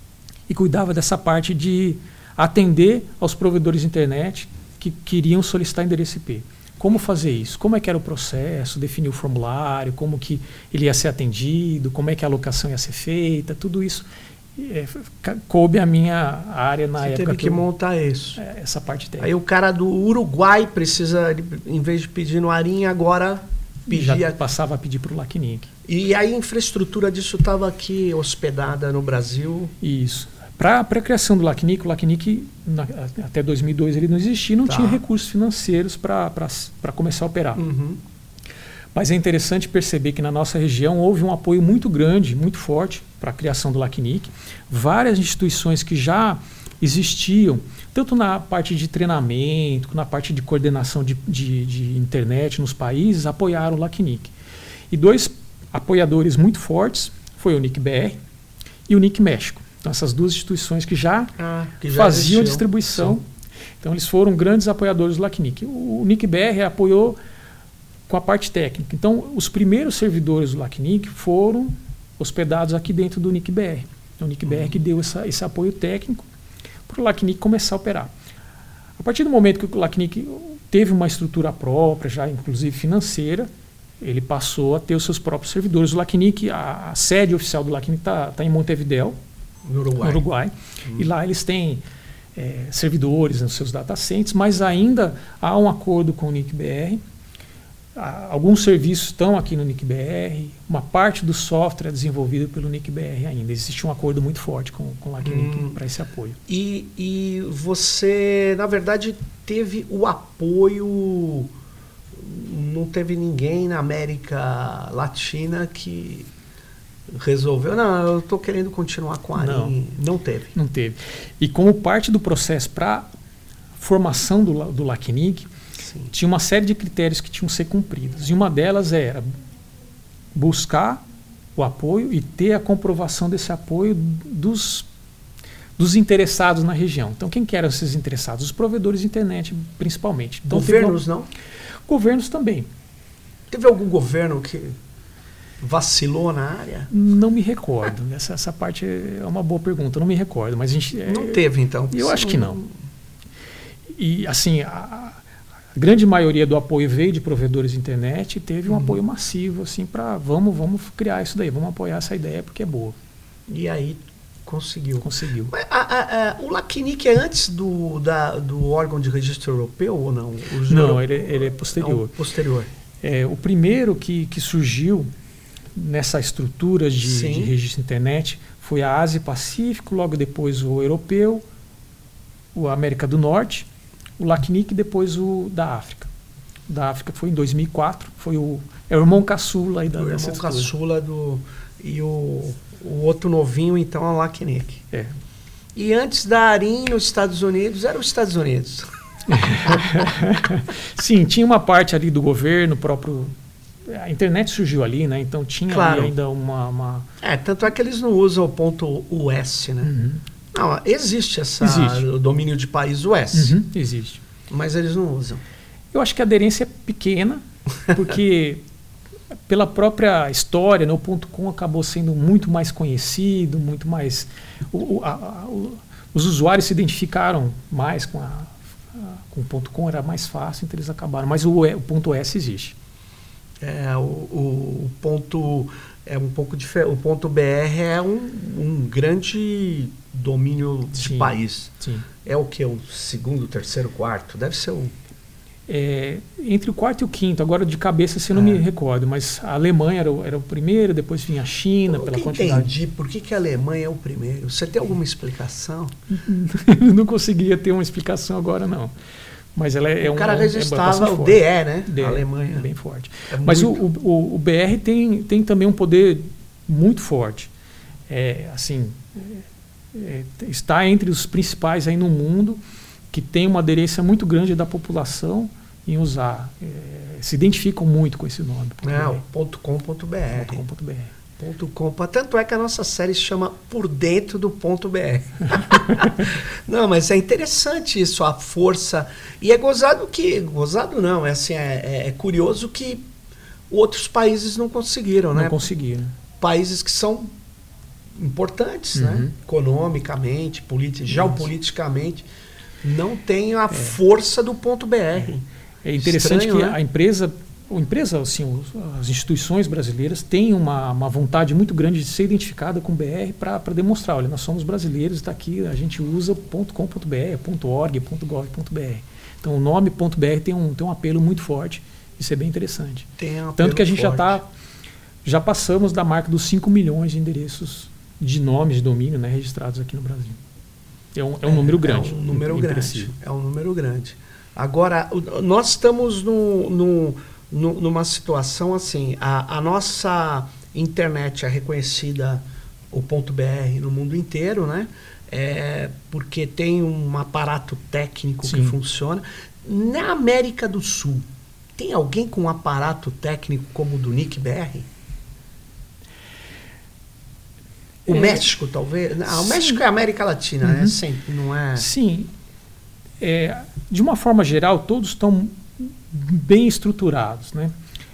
e cuidava dessa parte de atender aos provedores de internet que queriam solicitar endereço I P. Como fazer isso? Como é que era o processo, definir o formulário, como que ele ia ser atendido, como é que a alocação ia ser feita, tudo isso. É, coube a minha área na Você época. Teve que, que eu, montar isso. É, essa parte técnica. Aí o cara do Uruguai precisa, em vez de pedir no ARIM, agora pedia. Já passava a pedir para o LACNIC. E aí a infraestrutura disso estava aqui hospedada no Brasil? Isso. Para a criação do LACNIC, o LACNIC na, até dois mil e dois ele não existia, não tá. tinha recursos financeiros para começar a operar. Uhum. Mas é interessante perceber que na nossa região houve um apoio muito grande, muito forte para a criação do LACNIC. Várias instituições que já existiam, tanto na parte de treinamento, na parte de coordenação de, de, de internet nos países, apoiaram o LACNIC. E dois apoiadores muito fortes foi o N I C B R e o N I C México. Então, essas duas instituições que já, ah, que já faziam a distribuição. Sim. Então, eles foram grandes apoiadores do LACNIC. O N I C B R apoiou com a parte técnica. Então, os primeiros servidores do LACNIC foram hospedados aqui dentro do N I C B R. O N I C B R uhum. que deu essa, esse apoio técnico para o LACNIC começar a operar. A partir do momento que o LACNIC teve uma estrutura própria, já inclusive financeira, ele passou a ter os seus próprios servidores. O LACNIC, a, a sede oficial do LACNIC está tá em Montevidéu, no Uruguai. No Uruguai. Uhum. E lá eles têm é, servidores nos seus data centers, mas ainda há um acordo com o N I C B R. Alguns serviços estão aqui no N I C B R, uma parte do software é desenvolvido pelo N I C B R ainda. Existe um acordo muito forte com, com o LACNIC hum. para esse apoio. E, e você, na verdade, teve o apoio, não teve ninguém na América Latina que resolveu, não, eu estou querendo continuar com a ARIN. Não, não teve. Não teve. E como parte do processo para formação do, do LACNIC, Sim. tinha uma série de critérios que tinham que ser cumpridos. E uma delas era buscar o apoio e ter a comprovação desse apoio dos, dos interessados na região. Então, quem que eram esses interessados? Os provedores de internet, principalmente. Então, governos, um, não? Governos também. Teve algum governo que vacilou na área? Não me recordo. Essa, essa parte é uma boa pergunta. Não me recordo. Mas a gente, não é, teve, então? Eu acho não... que não. E, assim... A, A grande maioria do apoio veio de provedores de internet e teve um uhum. apoio massivo assim para vamos, vamos criar isso daí, vamos apoiar essa ideia porque é boa. E aí conseguiu. Conseguiu. Mas, a, a, a, o LACNIC é antes do, da, do órgão de registro europeu ou não? O não, ele, ele é posterior. Não, posterior. É, o primeiro que, que surgiu nessa estrutura de, de registro de internet foi a Ásia e Pacífico, logo depois o europeu, o América do Norte, o LACNIC e depois o da África. Da África foi em dois mil e quatro, foi o, é o irmão caçula aí da O irmão caçula do... E o, o outro novinho, então, é o LACNIC. É. E antes da ARIN nos Estados Unidos, era os Estados Unidos. Sim, tinha uma parte ali do governo próprio... A internet surgiu ali, né? Então tinha claro. ali ainda uma, uma... É, tanto é que eles não usam o ponto U S, né? Uhum. Não, existe essa existe. o domínio de país U S. Uhum, existe. Mas eles não usam. Eu acho que a aderência é pequena, porque pela própria história, né, o ponto .com acabou sendo muito mais conhecido, muito mais... O, o, a, a, o, os usuários se identificaram mais com, a, a, com o ponto .com, era mais fácil, então eles acabaram. Mas o, o ponto .s existe. É, o, o ponto... É um pouco diferente. O ponto B R é um, um grande domínio de sim, país. Sim. É o que? O segundo, terceiro, quarto? Deve ser o... É, entre o quarto e o quinto. Agora, de cabeça, você não é. me recordo. Mas a Alemanha era o, era o primeiro, depois vinha a China, eu pela quantidade. Entendi. Por que, que a Alemanha é o primeiro? Você tem alguma explicação? Não conseguia ter uma explicação agora, não. Mas ela é, é o um... cara é, registrava é o D E, né? D E, a Alemanha. É bem forte. É Mas muito... o, o, o B R tem, tem também um poder muito forte. É, assim, é, está entre os principais aí no mundo, que tem uma aderência muito grande da população em usar. É, se identificam muito com esse nome. É, o ponto com ponto B R. Ponto com ponto B R. Ponto com, tanto é que a nossa série se chama Por Dentro do Ponto B R. Não, mas é interessante isso, a força. E é gozado que. Gozado não, é assim, é, é curioso que outros países não conseguiram, não né? conseguiram. Países que são importantes, uhum. né? Economicamente, politi- geopoliticamente, não têm a é. força do ponto B R. É, é interessante Estranho, que né? a empresa. A empresa, assim, os, as instituições brasileiras têm uma, uma vontade muito grande de ser identificada com o B R para demonstrar, olha, nós somos brasileiros, está aqui, a gente usa ponto com ponto B R, ponto org, ponto gov ponto B R. Então o nome ponto .br tem um, tem um apelo muito forte, isso é bem interessante. Tem um Tanto que a gente forte. já está, já passamos da marca dos cinco milhões de endereços de nomes de domínio, né, registrados aqui no Brasil. É um, é um é, número grande. É um número grande. É um número grande. Agora, nós estamos no... no numa situação assim, a, a nossa internet é reconhecida, o ponto .br no mundo inteiro, né? É, porque tem um aparato técnico Sim. que funciona. Na América do Sul, tem alguém com um aparato técnico como o do N I C B R? O é, México, talvez? Não, o México é América Latina, uhum. né? Sempre, não é... Sim. É, de uma forma geral, todos estão bem estruturados, né?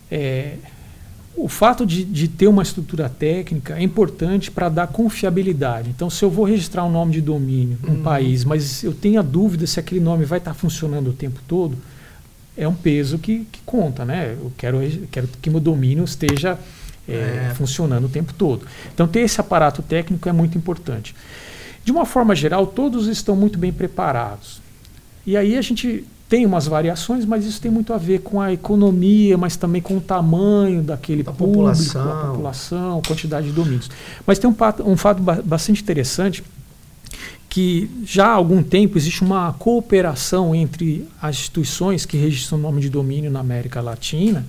é, o fato de, de ter uma estrutura técnica é importante para dar confiabilidade. Então, se eu vou registrar um nome de domínio num uhum. país, mas eu tenho a dúvida se aquele nome vai estar funcionando o tempo todo, é um peso que, que conta, né? Eu quero, quero que meu domínio esteja é, é. funcionando o tempo todo. Então, ter esse aparato técnico é muito importante. De uma forma geral, todos estão muito bem preparados. E aí a gente tem umas variações, mas isso tem muito a ver com a economia, mas também com o tamanho daquele da público, população. a população, a quantidade de domínios. Mas tem um fato, um fato bastante interessante, que já há algum tempo existe uma cooperação entre as instituições que registram o nome de domínio na América Latina,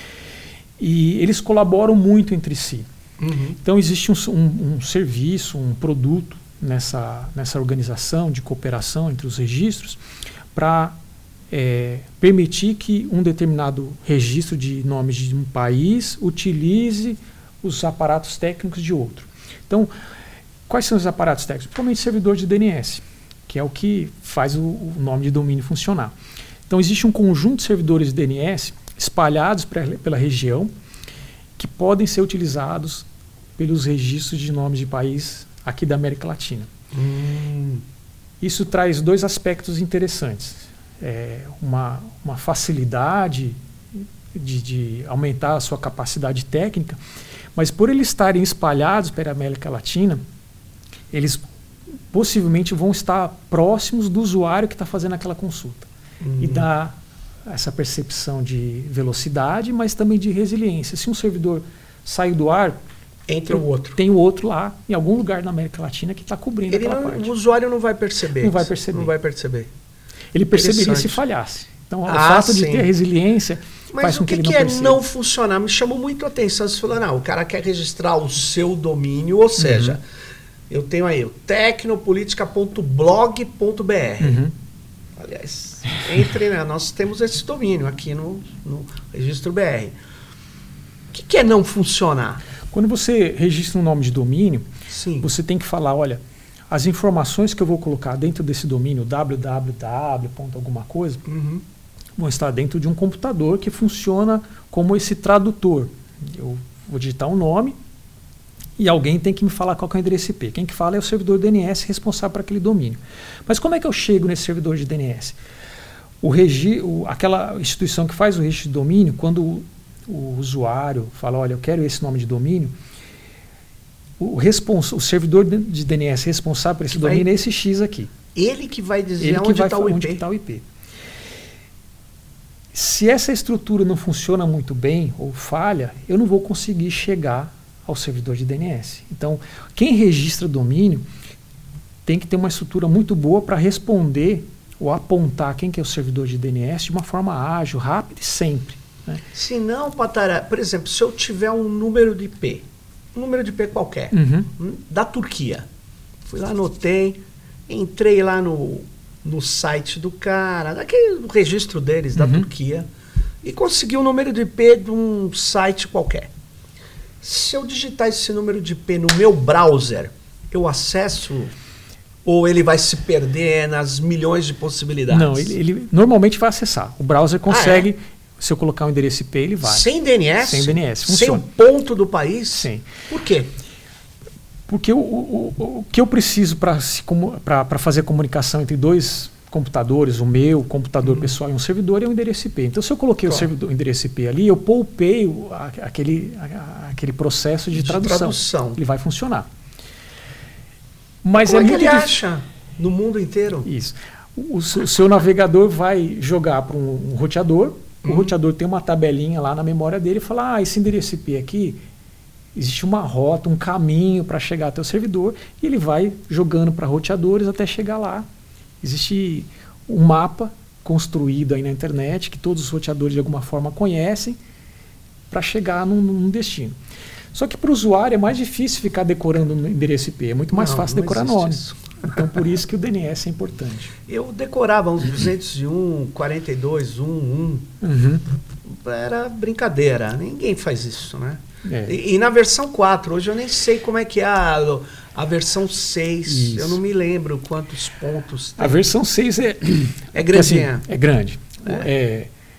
e eles colaboram muito entre si. Uhum. Então existe um, um, um serviço, um produto nessa, nessa organização de cooperação entre os registros para É, permitir que um determinado registro de nomes de um país utilize os aparatos técnicos de outro. Então, quais são os aparatos técnicos? Principalmente o servidor de D N S, que é o que faz o, o nome de domínio funcionar. Então, existe um conjunto de servidores de D N S espalhados pra, pela região que podem ser utilizados pelos registros de nomes de país aqui da América Latina. Hum. Isso traz dois aspectos interessantes. É uma, uma facilidade de, de aumentar a sua capacidade técnica, mas por eles estarem espalhados pela América Latina, eles possivelmente vão estar próximos do usuário que está fazendo aquela consulta. Uhum. E dá essa percepção de velocidade, mas também de resiliência. Se um servidor saiu do ar, entra o outro. Tem o outro lá, em algum lugar na América Latina, que está cobrindo Ele aquela não, parte. O usuário não vai perceber. Não vai perceber. Não vai perceber. Ele perceberia se falhasse. Então, ah, o fato sim. de ter resiliência Mas faz com que, que ele não perceba. perceba. Mas o que é não funcionar? Me chamou muito a atenção. Você falou, não, o cara quer registrar o seu domínio, ou seja, uhum. eu tenho aí o tecnopolitica ponto blog ponto b r. Uhum. Aliás, entre, né, nós temos esse domínio aqui no, no Registro B R. O que, que é não funcionar? Quando você registra um nome de domínio, sim. você tem que falar, olha, as informações que eu vou colocar dentro desse domínio www. alguma coisa, uhum. vão estar dentro de um computador que funciona como esse tradutor. Eu vou digitar um nome e alguém tem que me falar qual que é o endereço I P. Quem que fala é o servidor D N S responsável por aquele domínio. Mas como é que eu chego nesse servidor de D N S? O regi o, aquela instituição que faz o registro de domínio, quando o, o usuário fala, olha, eu quero esse nome de domínio, O, respons, o servidor de D N S responsável por esse que domínio vai, é esse X aqui. Ele que vai dizer ele onde está o, tá o I P. Se essa estrutura não funciona muito bem ou falha, eu não vou conseguir chegar ao servidor de D N S. Então, quem registra domínio tem que ter uma estrutura muito boa para responder ou apontar quem que é o servidor de D N S de uma forma ágil, rápida e sempre. Né? Se não, Patara, por exemplo, se eu tiver um número de I P, um número de I P qualquer, uhum. da Turquia. Fui lá, anotei, entrei lá no, no site do cara, daquele registro deles, da uhum. Turquia, e consegui o número de I P de um site qualquer. Se eu digitar esse número de I P no meu browser, eu acesso ou ele vai se perder nas milhões de possibilidades? Não, ele, ele normalmente vai acessar. O browser consegue... Ah, é? Se eu colocar um endereço I P, ele vai. Sem D N S? Sem D N S, funciona. Sem o ponto do país? Sim. Por quê? Porque o, o, o, o que eu preciso para fazer a comunicação entre dois computadores, o meu computador hum. pessoal e um servidor, é um endereço I P. Então, se eu coloquei claro. o, servidor, o endereço I P ali, eu poupei o, a, aquele, a, aquele processo de, de tradução. tradução. Ele vai funcionar. Mas Como é, é muito que ele difícil. acha no mundo inteiro? Isso. O, o seu navegador vai jogar para um, um roteador. O uhum. roteador tem uma tabelinha lá na memória dele e fala, ah, esse endereço I P aqui, existe uma rota, um caminho para chegar até o servidor, e ele vai jogando para roteadores até chegar lá. Existe um mapa construído aí na internet, que todos os roteadores de alguma forma conhecem, para chegar num, num destino. Só que para o usuário é mais difícil ficar decorando o endereço I P, é muito mais não, fácil não decorar nome. Então, por isso que o D N S é importante. Eu decorava uns duzentos e um, quarenta e dois, um, um. Uhum. Era brincadeira. Ninguém faz isso, né? É. E, e na versão quatro, hoje eu nem sei como é que é a, a versão seis. Isso. Eu não me lembro quantos pontos tem. A versão seis é... É grandinha. Assim, é grande. É. É,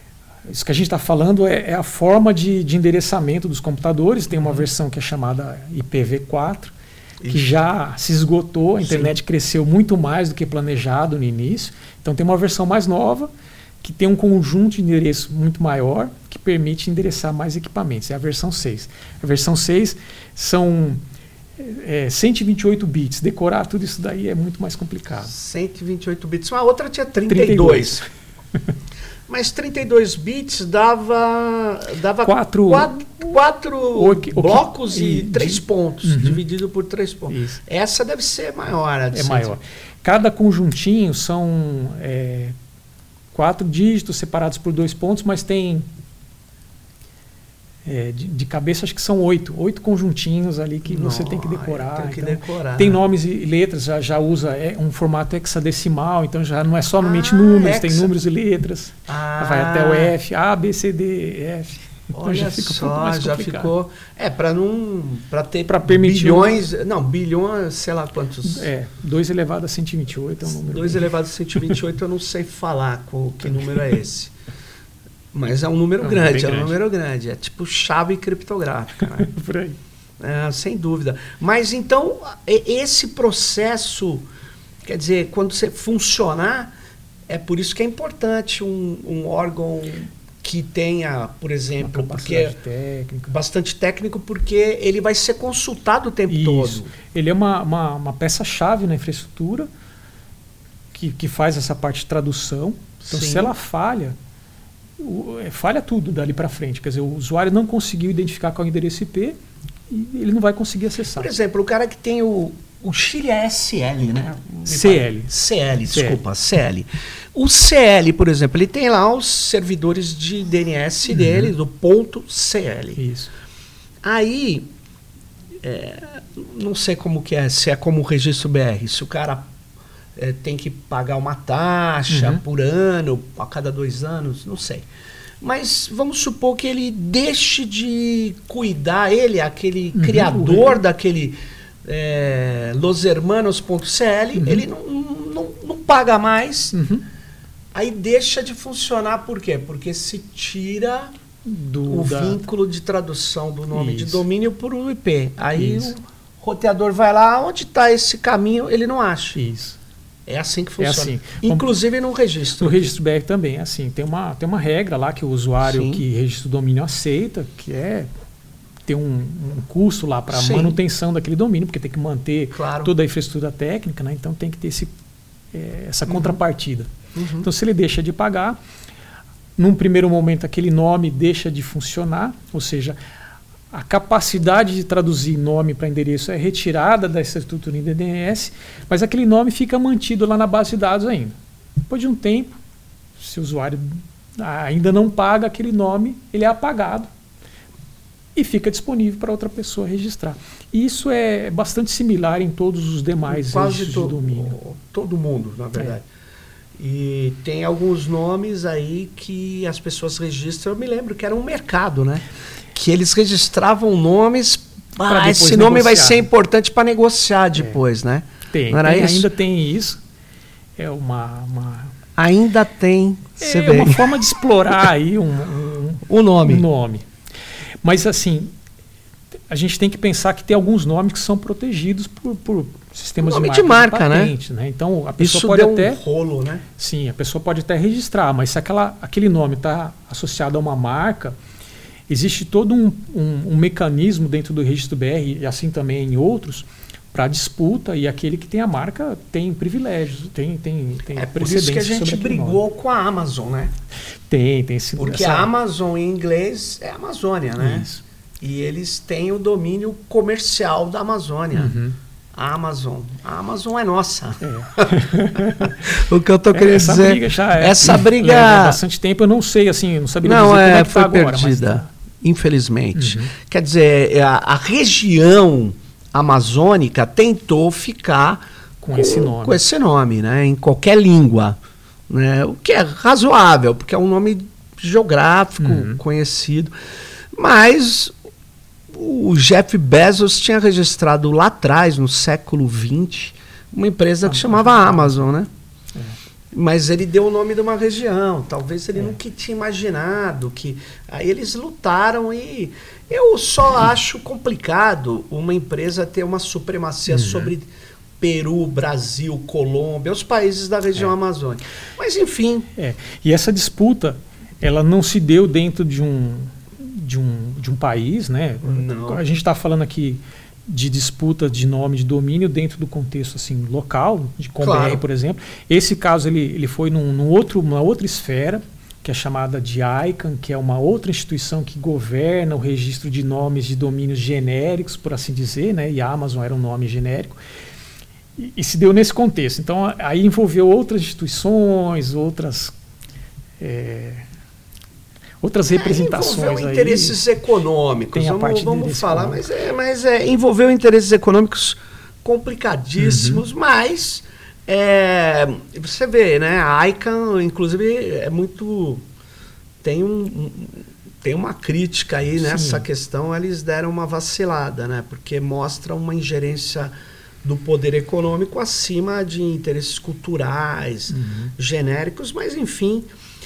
isso que a gente está falando é, é a forma de, de endereçamento dos computadores. Tem uma uhum. versão que é chamada I P v quatro, que Isso. já se esgotou, a internet Sim. cresceu muito mais do que planejado no início. Então tem uma versão mais nova, que tem um conjunto de endereço muito maior, que permite endereçar mais equipamentos. É a versão seis. A versão seis são é, cento e vinte e oito bits. Decorar tudo isso daí é muito mais complicado. cento e vinte e oito bits. A outra tinha trinta e dois. trinta e dois. Mas trinta e dois bits dava, dava quatro, quatro, quatro o que, blocos o que, e, e três pontos, uhum. dividido por três pontos. Isso. Essa deve ser maior. A de é maior. Cada conjuntinho são é, quatro dígitos separados por dois pontos, mas tem é, de, de cabeça acho que são oito. Oito conjuntinhos ali que Nossa, você tem que decorar. Tem que então, decorar. Tem nomes e letras, já, já usa é, um formato hexadecimal, então já não é somente ah, números, hexa. Tem números e letras. Ah. Vai até o F, A, B, C, D, F. Então Olha já fica só, um pouco mais já complicado. ficou. É, para não. Para ter pra permitir bilhões. Um, não, bilhões, sei lá quantos. É, dois elevado a cento e vinte e oito é um número. dois elevado a cento e vinte e oito eu não sei falar com, que número é esse. Mas é um número é um grande, é um grande. número grande. É tipo chave criptográfica, né? Por aí. É, sem dúvida. Mas então, esse processo, quer dizer, quando você funcionar, é por isso que é importante um, um órgão que tenha, por exemplo, porque técnica. bastante técnico, porque ele vai ser consultado o tempo isso. todo. Ele é uma, uma, uma peça-chave na infraestrutura que, que faz essa parte de tradução. Então, Sim. se ela falha, o, é, falha tudo dali para frente. Quer dizer, o usuário não conseguiu identificar qual é o endereço I P e ele não vai conseguir acessar. Por exemplo, o cara que tem o, o Chile é S L, né? C L. C L, desculpa, C L. O C L, por exemplo, ele tem lá os servidores de D N S uhum. dele, do ponto C L. Isso. Aí, é, não sei como que é, se é como o registro B R, se o cara é, tem que pagar uma taxa uhum. por ano, a cada dois anos, não sei. Mas vamos supor que ele deixe de cuidar, ele, aquele uhum. criador uhum. daquele é, Los Hermanos.cl, uhum. ele não, não, não paga mais. Uhum. Aí deixa de funcionar, por quê? Porque se tira do, o da... vínculo de tradução do nome Isso. de domínio por I P. Aí Isso. o roteador vai lá, onde está esse caminho, ele não acha. Isso. É assim que funciona. É assim. Inclusive no registro. No registro B R também é assim. Tem uma, tem uma regra lá que o usuário Sim. que registra o domínio aceita, que é ter um, um custo lá para manutenção daquele domínio, porque tem que manter claro. toda a infraestrutura técnica, né? Então tem que ter esse, é, essa uhum. contrapartida. Uhum. Então, se ele deixa de pagar, num primeiro momento aquele nome deixa de funcionar, ou seja, a capacidade de traduzir nome para endereço é retirada da estrutura em D N S, mas aquele nome fica mantido lá na base de dados ainda. Depois de um tempo, se o usuário ainda não paga aquele nome, ele é apagado e fica disponível para outra pessoa registrar. Isso é bastante similar em todos os demais registros de domínio. Todo mundo, na verdade. É. E tem alguns nomes aí que as pessoas registram. Eu me lembro que era um mercado, né? Que eles registravam nomes. Ah, esse negociar. nome vai ser importante para negociar depois, é. né? Tem, Não era tem isso? Ainda tem isso. É uma. uma... Ainda tem. É vê. uma forma de explorar aí um, um, o nome. um nome. Mas assim, a gente tem que pensar que tem alguns nomes que são protegidos por, por sistemas nome de marca, de marca patente, né? né? Então a pessoa Isso pode deu até um rolo, né? Sim, a pessoa pode até registrar, mas se aquela, aquele nome está associado a uma marca, existe todo um, um, um mecanismo dentro do registro B R e assim também em outros para disputa, e aquele que tem a marca tem privilégios, tem tem tem é por isso que a gente brigou com a Amazon, né? Tem, tem esse, porque essa... a Amazon em inglês é Amazônia, né? Isso. E eles têm o domínio comercial da Amazônia. Uhum. A Amazon. A Amazon é nossa. É. O que eu tô querendo essa dizer. Briga já é, essa briga. Há bastante tempo, eu não sei, assim, não sabia não, dizer é, como é que foi tá agora, perdida, mas... infelizmente. Uhum. Quer dizer, a, a região amazônica tentou ficar com, com esse nome. Com esse nome, né? Em qualquer língua. Né? O que é razoável, porque é um nome geográfico uhum. conhecido. Mas o Jeff Bezos tinha registrado lá atrás, no século vinte, uma empresa que ah, chamava Amazon, né? É. Mas ele deu o nome de uma região. Talvez ele É. nunca tinha imaginado que... Aí eles lutaram e... Eu só acho complicado uma empresa ter uma supremacia Uhum. sobre Peru, Brasil, Colômbia, os países da região É. amazônica. Mas, enfim... É. E essa disputa, ela não se deu dentro de um, de um, de um país, né? Não. A gente está falando aqui de disputa de nome, de domínio dentro do contexto assim local, de com Claro. B R, por exemplo. Esse caso ele, ele foi num, num outro, uma outra esfera, que é chamada de I C A N, que é uma outra instituição que governa o registro de nomes de domínios genéricos, por assim dizer, né? E a Amazon era um nome genérico. E, e se deu nesse contexto. Então, aí envolveu outras instituições, outras, é, outras representações. Envolveu aí. interesses econômicos. Tem a Vamos, parte de vamos interesse falar, econômico. mas, é, mas é, envolveu interesses econômicos complicadíssimos, Uhum. mas é, você vê, né? A I C A N, inclusive, é muito. Tem, um, um- tem uma crítica aí Sim. nessa questão, eles deram uma vacilada, né? Porque mostra uma ingerência do poder econômico acima de interesses culturais, Uhum. genéricos, mas enfim.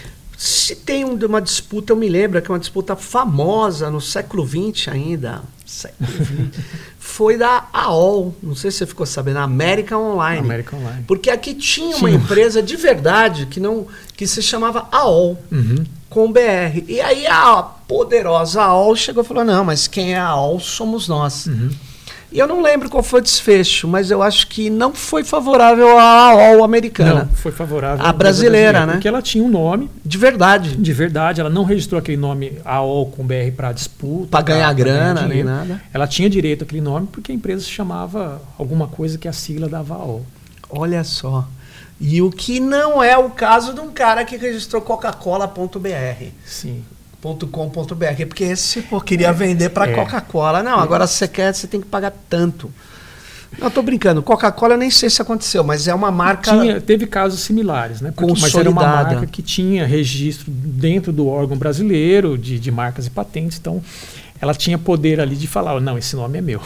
Se tem um- uma disputa, eu me lembro que é uma disputa famosa no século vinte ainda, século vinte, foi da A O L, não sei se você ficou sabendo, a American Online. American Online. Porque aqui tinha uma Sim. empresa de verdade que, não, que se chamava A O L, Uhum. com B R. E aí a poderosa A O L chegou e falou, não, mas quem é a A O L somos nós. Uhum. E eu não lembro qual foi o desfecho, mas eu acho que não foi favorável à A O L americana. Não, foi favorável A à empresa brasileira, né? Porque ela tinha um nome, De verdade. de verdade, ela não registrou aquele nome A O L com B R para disputa. Para ganhar pra grana, nem dinheiro. nada. Ela tinha direito àquele nome porque a empresa se chamava alguma coisa que a sigla dava A O L. Olha só. E o que não é o caso de um cara que registrou coca-cola ponto b r. Sim. .com.br, porque esse pô, queria vender para É. Coca-Cola. Não, agora você quer, você tem que pagar tanto. Não, tô brincando. Coca-Cola eu nem sei se aconteceu, mas é uma marca. Tinha, teve casos similares, né? Porque, mas era uma Consolidada. marca que tinha registro dentro do órgão brasileiro de, de marcas e patentes, então ela tinha poder ali de falar, não, esse nome é meu.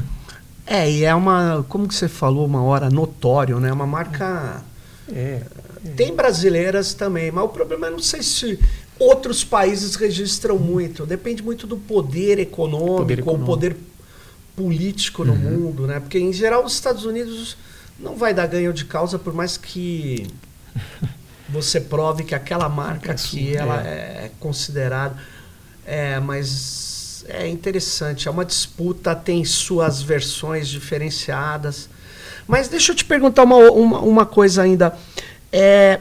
É, e é uma, como que você falou uma hora, notório, né? Uma marca. É, Tem brasileiras também, mas o problema é não sei se outros países registram muito. Depende muito do poder econômico, Poder ou econômico. poder político no Uhum. mundo, né? Porque em geral os Estados Unidos não vai dar ganho de causa por mais que você prove que aquela marca É, aqui sim, ela é. é considerada. É, mas é interessante. É uma disputa, tem suas versões diferenciadas. Mas deixa eu te perguntar uma, uma, uma coisa ainda. É,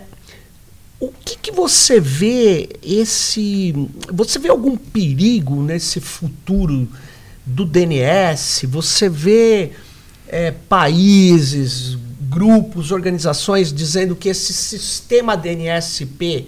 o que, que você vê esse. Você vê algum perigo nesse futuro do D N S? Você vê é, países, grupos, organizações dizendo que esse sistema D N S P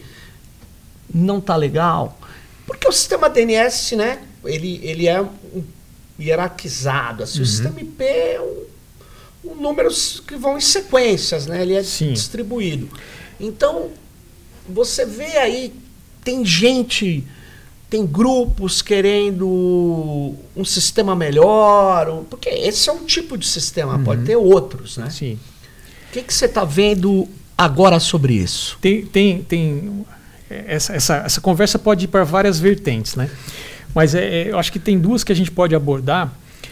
não está legal? Porque o sistema D N S, né, ele, ele é um hierarquizado. Assim, Uhum. O sistema I P é um, um números que vão em sequências, né? Ele é Sim. distribuído. Então, você vê aí, tem gente, tem grupos querendo um sistema melhor, um- porque esse é um tipo de sistema, Uhum. pode ter outros, né? sim. O que, que você está vendo agora sobre isso? Tem, tem, tem essa, essa, essa conversa pode ir para várias vertentes, né? Mas é, é, eu acho que tem duas que a gente pode abordar,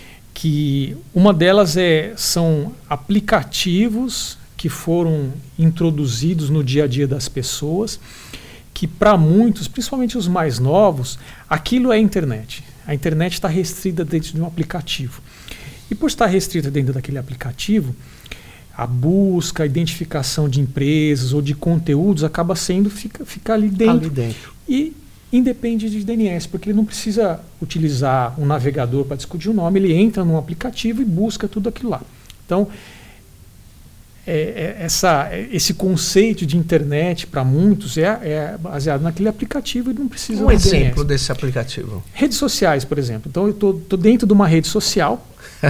que uma delas é, são aplicativos que foram introduzidos no dia a dia das pessoas, que para muitos, principalmente os mais novos, aquilo é a internet. A internet está restrita dentro de um aplicativo. E por estar restrita dentro daquele aplicativo, a busca, a identificação de empresas ou de conteúdos acaba sendo, fica, fica ali dentro. Ali dentro. E independe de D N S, porque ele não precisa utilizar um navegador para discutir o nome, ele entra num aplicativo e busca tudo aquilo lá. Então, é, é, essa, é, esse conceito de internet para muitos é, é baseado naquele aplicativo e não precisa Um do D N S. exemplo desse aplicativo. Redes sociais, por exemplo. Então, eu estou dentro de uma rede social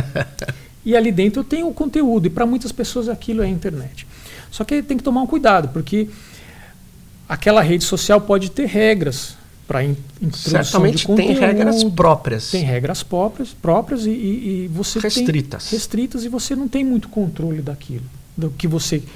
e ali dentro eu tenho o conteúdo, e para muitas pessoas aquilo é a internet. Só que tem que tomar um cuidado, porque aquela rede social pode ter regras para in, introdução Certamente de conteúdo. tem regras próprias. Tem regras próprias, próprias e, e, e você Restritas. tem restritas e você não tem muito controle daquilo, do que você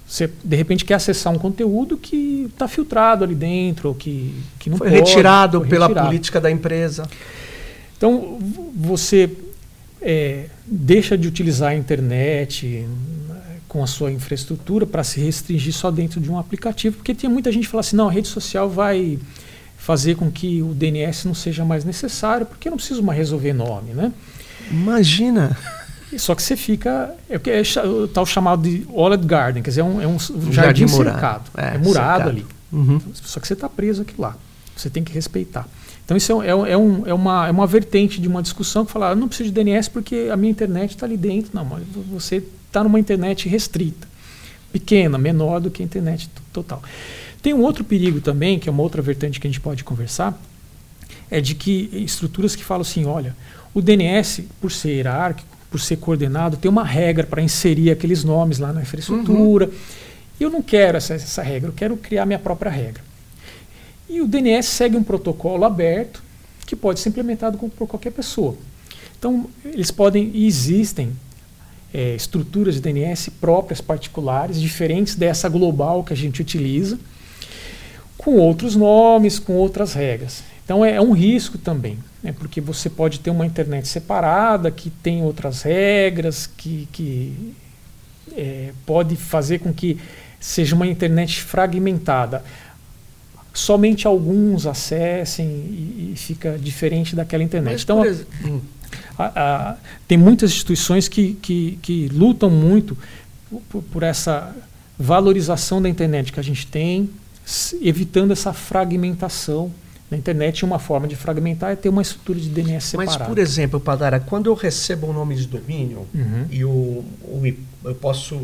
Você, de repente, quer acessar um conteúdo que está filtrado ali dentro, ou que, que não foi pode, retirado foi pela retirado. política da empresa. Então, você é, deixa de utilizar a internet com a sua infraestrutura para se restringir só dentro de um aplicativo, porque tem muita gente que fala assim, não, a rede social vai fazer com que o D N S não seja mais necessário, porque eu não preciso mais resolver nome, né? Imagina! Só que você fica, é o, que é o tal chamado de Walled Garden, quer dizer, é um, é um jardim, jardim cercado, é, é murado cercado. ali. Uhum. Só que você está preso aqui lá, você tem que respeitar. Então isso é, é, é, um, é, uma, é uma vertente de uma discussão que fala, eu não preciso de D N S porque a minha internet está ali dentro. Não, mas você está numa internet restrita, pequena, menor do que a internet total. Tem um outro perigo também, que é uma outra vertente que a gente pode conversar, é de que estruturas que falam assim, olha, o D N S, por ser hierárquico, por ser coordenado, tem uma regra para inserir aqueles nomes lá na infraestrutura. Uhum. Eu não quero essa, essa regra, eu quero criar minha própria regra. E o D N S segue um protocolo aberto que pode ser implementado com, por qualquer pessoa. Então, eles podem e existem é, estruturas de D N S próprias, particulares, diferentes dessa global que a gente utiliza, com outros nomes, com outras regras. Então, é, é um risco também, né, porque você pode ter uma internet separada, que tem outras regras, que, que é, pode fazer com que seja uma internet fragmentada. Somente alguns acessem e, e fica diferente daquela internet. Mas, então, a, a, a, tem muitas instituições que, que, que lutam muito por, por essa valorização da internet que a gente tem, evitando essa fragmentação na internet. Uma forma de fragmentar é ter uma estrutura de D N S separada. Mas, por exemplo, Padara, quando eu recebo um nome de domínio, uhum. e o, o, eu posso...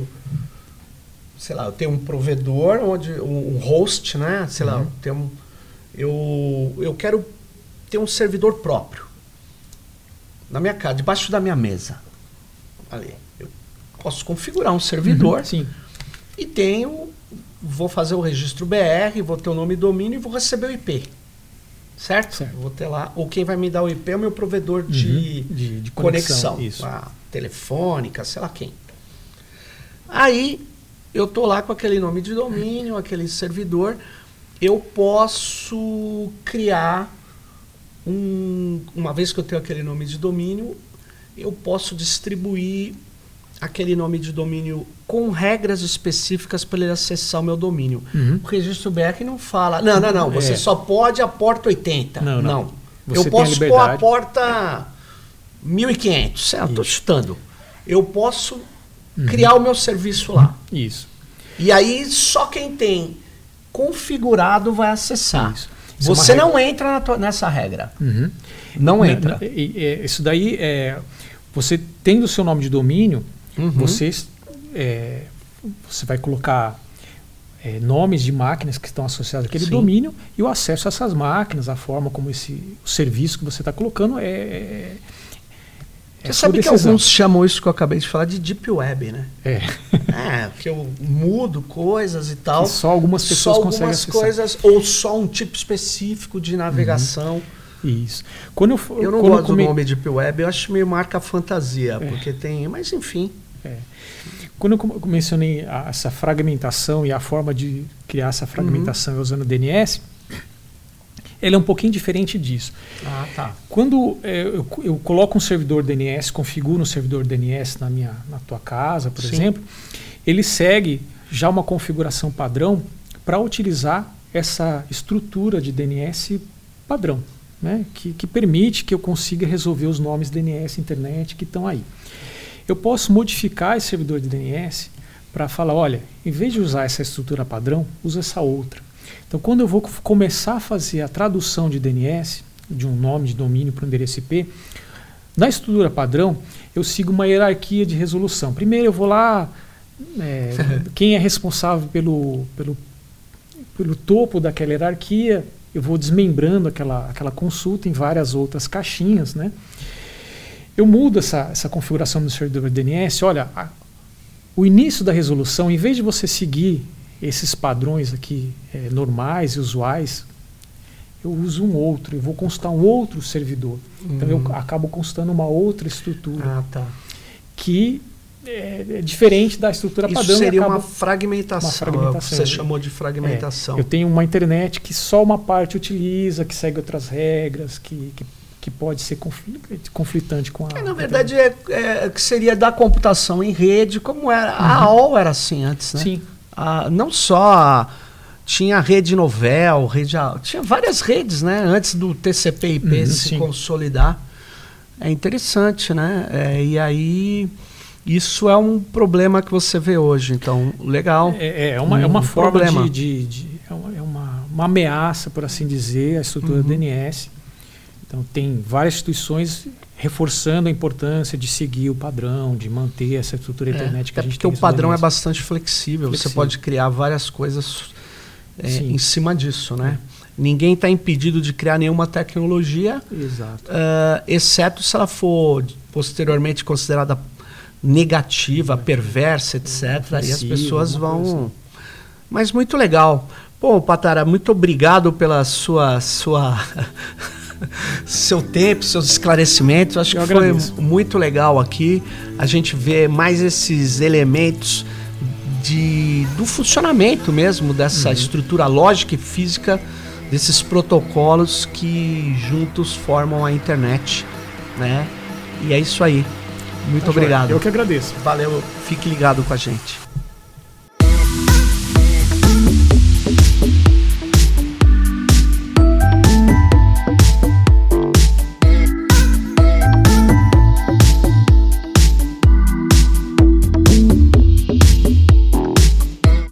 sei lá, eu tenho um provedor, onde um host, né? Sei uhum. lá, eu, tenho um, eu, eu quero ter um servidor próprio na minha casa, debaixo da minha mesa. Ali, eu posso configurar um servidor uhum, sim. e tenho, vou fazer o registro B R, vou ter o nome e domínio e vou receber o I P. Certo? certo? Vou ter lá, ou quem vai me dar o I P é o meu provedor uhum, de, de, de conexão, conexão, isso. a telefônica, sei lá quem. Aí eu estou lá com aquele nome de domínio, aquele servidor, eu posso criar, um, uma vez que eu tenho aquele nome de domínio, eu posso distribuir aquele nome de domínio com regras específicas para ele acessar o meu domínio. Uhum. O registro B R não fala, não, não, não, você é. só pode a porta oitenta. Não, não. não. Eu posso pôr a porta mil e quinhentos, certo? Estou chutando. Eu posso uhum. criar o meu serviço lá. Isso. E aí só quem tem configurado vai acessar. Isso, isso Você é não entra na tua, nessa regra. Uhum. Não na, entra. Na, e, e, isso daí, é, você tendo o seu nome de domínio, uhum. você, é, você vai colocar é, nomes de máquinas que estão associadas àquele Sim. domínio e o acesso a essas máquinas, a forma como esse, o serviço que você está colocando é... é Você é sabe que alguns chamam isso que eu acabei de falar de Deep Web, né? É. É, que eu mudo coisas e tal. Que só algumas pessoas só conseguem algumas acessar. coisas, ou só um tipo específico de navegação. Uhum. Isso. Quando eu, eu não quando gosto eu come... do nome Deep Web, eu acho meio marca fantasia, é. porque tem... Mas enfim. É. Quando eu mencionei a, essa fragmentação e a forma de criar essa fragmentação uhum. usando o D N S, ele é um pouquinho diferente disso. Ah, tá. Quando é, eu, eu coloco um servidor D N S, configuro um servidor D N S na, minha, na tua casa, por Sim. exemplo, ele segue já uma configuração padrão para utilizar essa estrutura de D N S padrão, né, que, que permite que eu consiga resolver os nomes D N S internet que estão aí. Eu posso modificar esse servidor de D N S para falar, olha, em vez de usar essa estrutura padrão, usa essa outra. Então, quando eu vou começar a fazer a tradução de D N S, de um nome de domínio para um endereço I P, na estrutura padrão, eu sigo uma hierarquia de resolução. Primeiro, eu vou lá, é, quem é responsável pelo, pelo, pelo topo daquela hierarquia, eu vou desmembrando aquela, aquela consulta em várias outras caixinhas, né? Eu mudo essa, essa configuração do servidor D N S. Olha, a, o início da resolução, em vez de você seguir esses padrões aqui é, normais e usuais, eu uso um outro, eu vou constar um outro servidor. Uhum. Então eu acabo constando uma outra estrutura ah, tá. que é, é diferente da estrutura Isso padrão. seria acaba uma fragmentação, uma fragmentação. você chamou de fragmentação. É, eu tenho uma internet que só uma parte utiliza, que segue outras regras, que, que, que pode ser conflitante com a... É, na verdade, é, é que seria da computação em rede, como era. Uhum. A A O L era assim antes, né? Sim. A, não só... Tinha a rede Novel, rede, tinha várias redes, né? Antes do T C P I P uhum, se sim. consolidar. É interessante, né? É, e aí, isso é um problema que você vê hoje. Então, legal. É, é uma, um, é uma forma problema. de... de, de é uma, é uma, uma ameaça, por assim dizer, a estrutura uhum. do D N S. Então, tem várias instituições reforçando a importância de seguir o padrão, de manter essa estrutura é, internet que a gente porque tem. Porque o padrão é bastante flexível. flexível. Você pode criar várias coisas... É, em cima disso, né? É. Ninguém está impedido de criar nenhuma tecnologia, Exato. Uh, exceto se ela for posteriormente considerada negativa, é. perversa, etcétera. Aí as pessoas vão... Coisa. Mas muito legal. Pô, Patara, muito obrigado pela sua... sua seu tempo, seus esclarecimentos. Acho Eu que agradeço. Foi muito legal aqui. A gente vê mais esses elementos... De, do funcionamento mesmo dessa uhum. estrutura lógica e física desses protocolos que juntos formam a internet, né? E é isso aí. Muito tá obrigado. Eu que agradeço. Valeu, fique ligado com a gente.